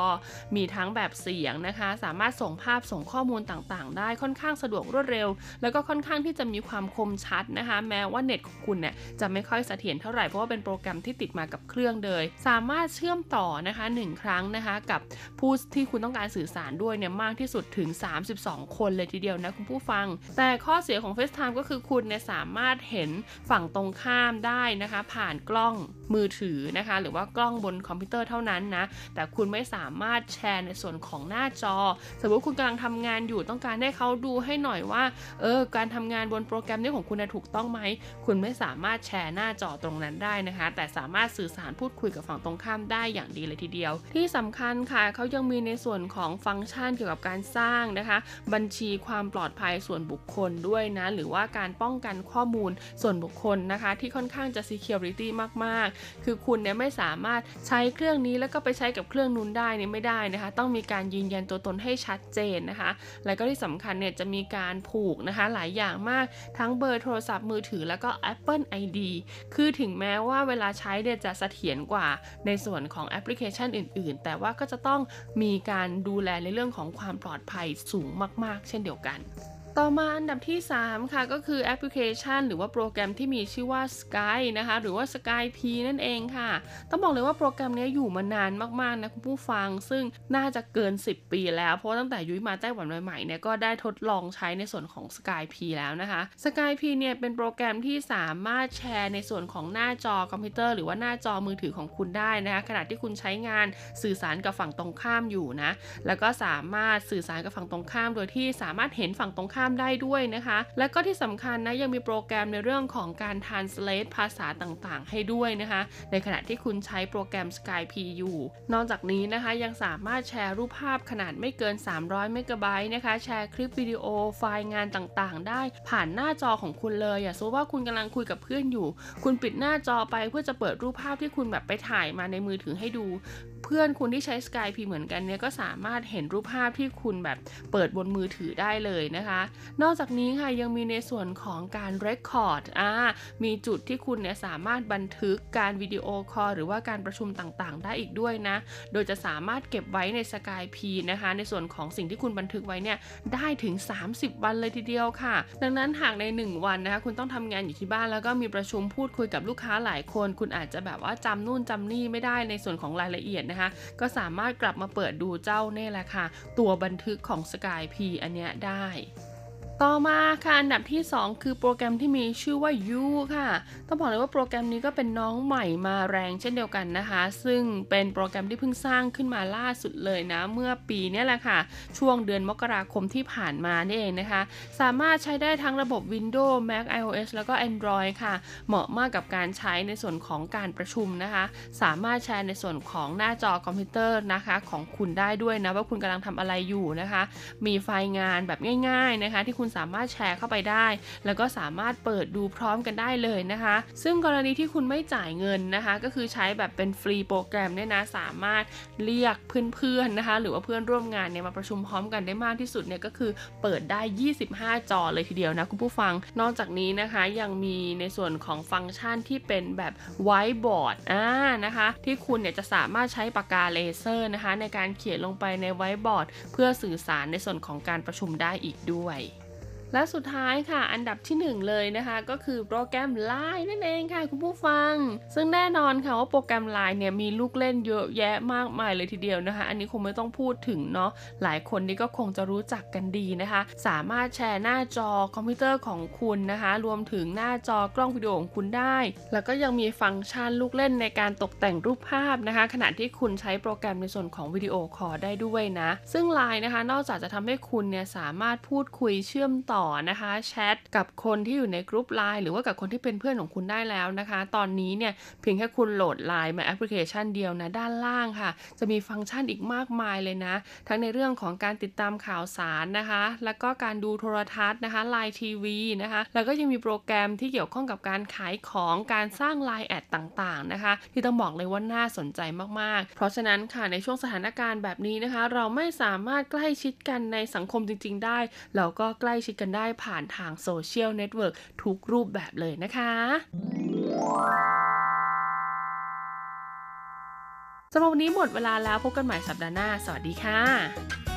มีทั้งแบบเสียงนะคะสามารถส่งภาพส่งข้อมูลต่างๆได้ค่อนข้างสะดวกรวดเร็วแล้วก็ค่อนข้างที่จะมีความคมชัดนะคะแม้ว่าเน็ตของคุณเนี่ยจะไม่ค่อยเสถียรเท่าไหร่เพราะว่าเป็นโปรแกรมที่ติดมากับเครื่องเลยสามารถเชื่อมต่อนะคะหนึ่งครั้งนะคะกับผู้ที่คุณต้องการสื่อสารด้วยเนี่ยมากที่สุดถึงสามสิบสองคนเลยทีเดียวนะคุณผู้ฟังแต่ข้อเสียของ FaceTime ก็คือคุณเนี่ยสามารถเห็นฝั่งตรงข้ามได้นะคะผ่านกล้องมือถือนะคะหรือว่ากล้องบนคอมพิวเตอร์เท่านั้นนะแต่คุณไม่สามารถแชร์ในส่วนของหน้าจอสมมติคุณกำลังทำงานอยู่ต้องการให้เขาดูให้หน่อยว่าเออการทำงานบนโปรแกรมนี้ของคุณถูกต้องไหมคุณไม่สามารถแชร์หน้าจอตรงนั้นได้นะคะแต่สามารถสื่อสารพูดคุยกับฝั่งตรงข้ามได้อย่างดีเลยทีเดียวที่สำคัญค่ะเขายังมีในส่วนของฟังก์ชันเกี่ยวกับการสร้างนะคะบัญชีความปลอดภัยส่วนบุคคลด้วยนะหรือว่าการป้องกันข้อมูลส่วนบุคคลนะคะที่ค่อนข้างจะ security มากๆคือคุณเนี่ยไม่สามารถใช้เครื่องนี้แล้วก็ไปใช้กับเครื่องนู้นได้เนี่ยไม่ได้นะคะต้องมีการยืนยันตัวตนให้ชัดเจนนะคะแล้วก็ที่สำคัญเนี่ยจะมีการผูกนะคะหลายอย่างมากทั้งเบอร์โทรศัพท์มือถือแล้วก็ Apple ไอ ดี คือถึงแม้ว่าเวลาใช้เนี่ยจะเสถียรกว่าในส่วนของแอปพลิเคชันอื่นๆแต่ว่าก็จะต้องมีการดูแลในเรื่องของความปลอดภัยสูงมากๆเช่นเดียวกันต่อมาอันดับที่สามค่ะก็คือแอปพลิเคชันหรือว่าโปรแกรมที่มีชื่อว่า Sky นะคะหรือว่า Skype นั่นเองค่ะต้องบอกเลยว่าโปรแกรมนี้อยู่มานานมากๆนะคุณผู้ฟังซึ่งน่าจะเกินสิบปีแล้วเพราะตั้งแต่ยุ้ยมาไต้หวันใหม่ๆเนี่ยก็ได้ทดลองใช้ในส่วนของ Skype แล้วนะคะ Skype เนี่ยเป็นโปรแกรมที่สามารถแชร์ในส่วนของหน้าจอคอมพิวเตอร์หรือว่าหน้าจอมือถือของคุณได้นะคะขณะที่คุณใช้งานสื่อสารกับฝั่งตรงข้ามอยู่นะแล้วก็สามารถสื่อสารกับฝั่งตรงข้ามโดยที่สามารถเห็นฝั่งตรงข้ามได้ด้วยนะคะและก็ที่สำคัญนะยังมีโปรแกรมในเรื่องของการ translate ภาษาต่างๆให้ด้วยนะคะในขณะที่คุณใช้โปรแกรม Skype อยู่นอกจากนี้นะคะยังสามารถแชร์รูปภาพขนาดไม่เกินสามร้อยเมกะไบต์นะคะแชร์คลิปวิดีโอไฟล์งานต่างๆได้ผ่านหน้าจอของคุณเลยอย่าสมมติว่าคุณกำลังคุยกับเพื่อนอยู่คุณปิดหน้าจอไปเพื่อจะเปิดรูปภาพที่คุณแบบไปถ่ายมาในมือถือให้ดูเพื่อนคุณที่ใช้ Skype เหมือนกันเนี่ยก็สามารถเห็นรูปภาพที่คุณแบบเปิดบนมือถือได้เลยนะคะนอกจากนี้ค่ะยังมีในส่วนของการ record อ่ามีจุดที่คุณเนี่ยสามารถบันทึกการวิดีโอคอลหรือว่าการประชุมต่างๆได้อีกด้วยนะโดยจะสามารถเก็บไว้ใน Skype นะคะในส่วนของสิ่งที่คุณบันทึกไว้เนี่ยได้ถึงสามสิบวันเลยทีเดียวค่ะดังนั้นหากในหนึ่งวันนะคะคุณต้องทำงานอยู่ที่บ้านแล้วก็มีประชุมพูดคุยกับลูกค้าหลายคนคุณอาจจะแบบว่าจำนู่นจำนี่ไม่ได้ในส่วนของรายละเอียดนะคะก็สามารถกลับมาเปิดดูเจ้าเนี่ยแหละค่ะตัวบันทึกของ Skype อันเนี้ยได้ต่อมาค่ะอันดับที่สองคือโปรแกรมที่มีชื่อว่า You ค่ะต้องบอกเลยว่าโปรแกรมนี้ก็เป็นน้องใหม่มาแรงเช่นเดียวกันนะคะซึ่งเป็นโปรแกรมที่เพิ่งสร้างขึ้นมาล่าสุดเลยนะเมื่อปีนี้แหละค่ะช่วงเดือนมกราคมที่ผ่านมานี่เองนะคะสามารถใช้ได้ทั้งระบบ Windows Mac ไอ โอ เอส แล้วก็ Android ค่ะเหมาะมากกับการใช้ในส่วนของการประชุมนะคะสามารถแชร์ในส่วนของหน้าจอคอมพิวเตอร์นะคะของคุณได้ด้วยนะว่าคุณกำลังทำอะไรอยู่นะคะมีไฟล์งานแบบง่ายๆนะคะที่คุณสามารถแชร์เข้าไปได้แล้วก็สามารถเปิดดูพร้อมกันได้เลยนะคะซึ่งกรณีที่คุณไม่จ่ายเงินนะคะก็คือใช้แบบเป็นฟรีโปรแกรมเนี่ยนะสามารถเรียกเพื่อนๆนะคะหรือว่าเพื่อนร่วมงานเนี่ยมาประชุมพร้อมกันได้มากที่สุดเนี่ยก็คือเปิดได้ยี่สิบห้าจอเลยทีเดียวนะคุณผู้ฟังนอกจากนี้นะคะยังมีในส่วนของฟังก์ชันที่เป็นแบบไวท์บอร์ดอ่านะคะที่คุณเนี่ยจะสามารถใช้ปากกาเลเซอร์นะคะในการเขียนลงไปในไวท์บอร์ดเพื่อสื่อสารในส่วนของการประชุมได้อีกด้วยและสุดท้ายค่ะอันดับที่หนึ่งเลยนะคะก็คือโปรแกรม ไลน์ นั่นเองค่ะคุณผู้ฟังซึ่งแน่นอนค่ะว่าโปรแกรม ไลน์ เนี่ยมีลูกเล่นเยอะแยะมากมายเลยทีเดียวนะคะอันนี้คงไม่ต้องพูดถึงเนาะหลายคนนี่ก็คงจะรู้จักกันดีนะคะสามารถแชร์หน้าจอคอมพิวเตอร์ของคุณนะคะรวมถึงหน้าจอกล้องวิดีโอของคุณได้แล้วก็ยังมีฟังก์ชันลูกเล่นในการตกแต่งรูปภาพนะคะขณะที่คุณใช้โปรแกรมในส่วนของวิดีโอคอลได้ด้วยนะซึ่ง ไลน์ นะคะนอกจากจะทำให้คุณเนี่ยสามารถพูดคุยเชื่อมต่อนะคะแชทกับคนที่อยู่ในกลุ่ม ไลน์ หรือว่ากับคนที่เป็นเพื่อนของคุณได้แล้วนะคะตอนนี้เนี่ยเพียงแค่คุณโหลด ไลน์ มาแอปพลิเคชันเดียวนะด้านล่างค่ะจะมีฟังก์ชันอีกมากมายเลยนะทั้งในเรื่องของการติดตามข่าวสารนะคะแล้วก็การดูโทรทัศน์นะคะ ไลน์ ที วี นะคะแล้วก็ยังมีโปรแกรมที่เกี่ยวข้องกับการขายของการสร้าง ไลน์ แอดต่างๆนะคะที่ต้องบอกเลยว่าน่าสนใจมากๆเพราะฉะนั้นค่ะในช่วงสถานการณ์แบบนี้นะคะเราไม่สามารถใกล้ชิดกันในสังคมจริงๆได้เราก็ใกล้ชิดกันได้ผ่านทางโซเชียลเน็ตเวิร์กทุกรูปแบบเลยนะคะสำหรับวันนี้หมดเวลาแล้วพบกันใหม่สัปดาห์หน้าสวัสดีค่ะ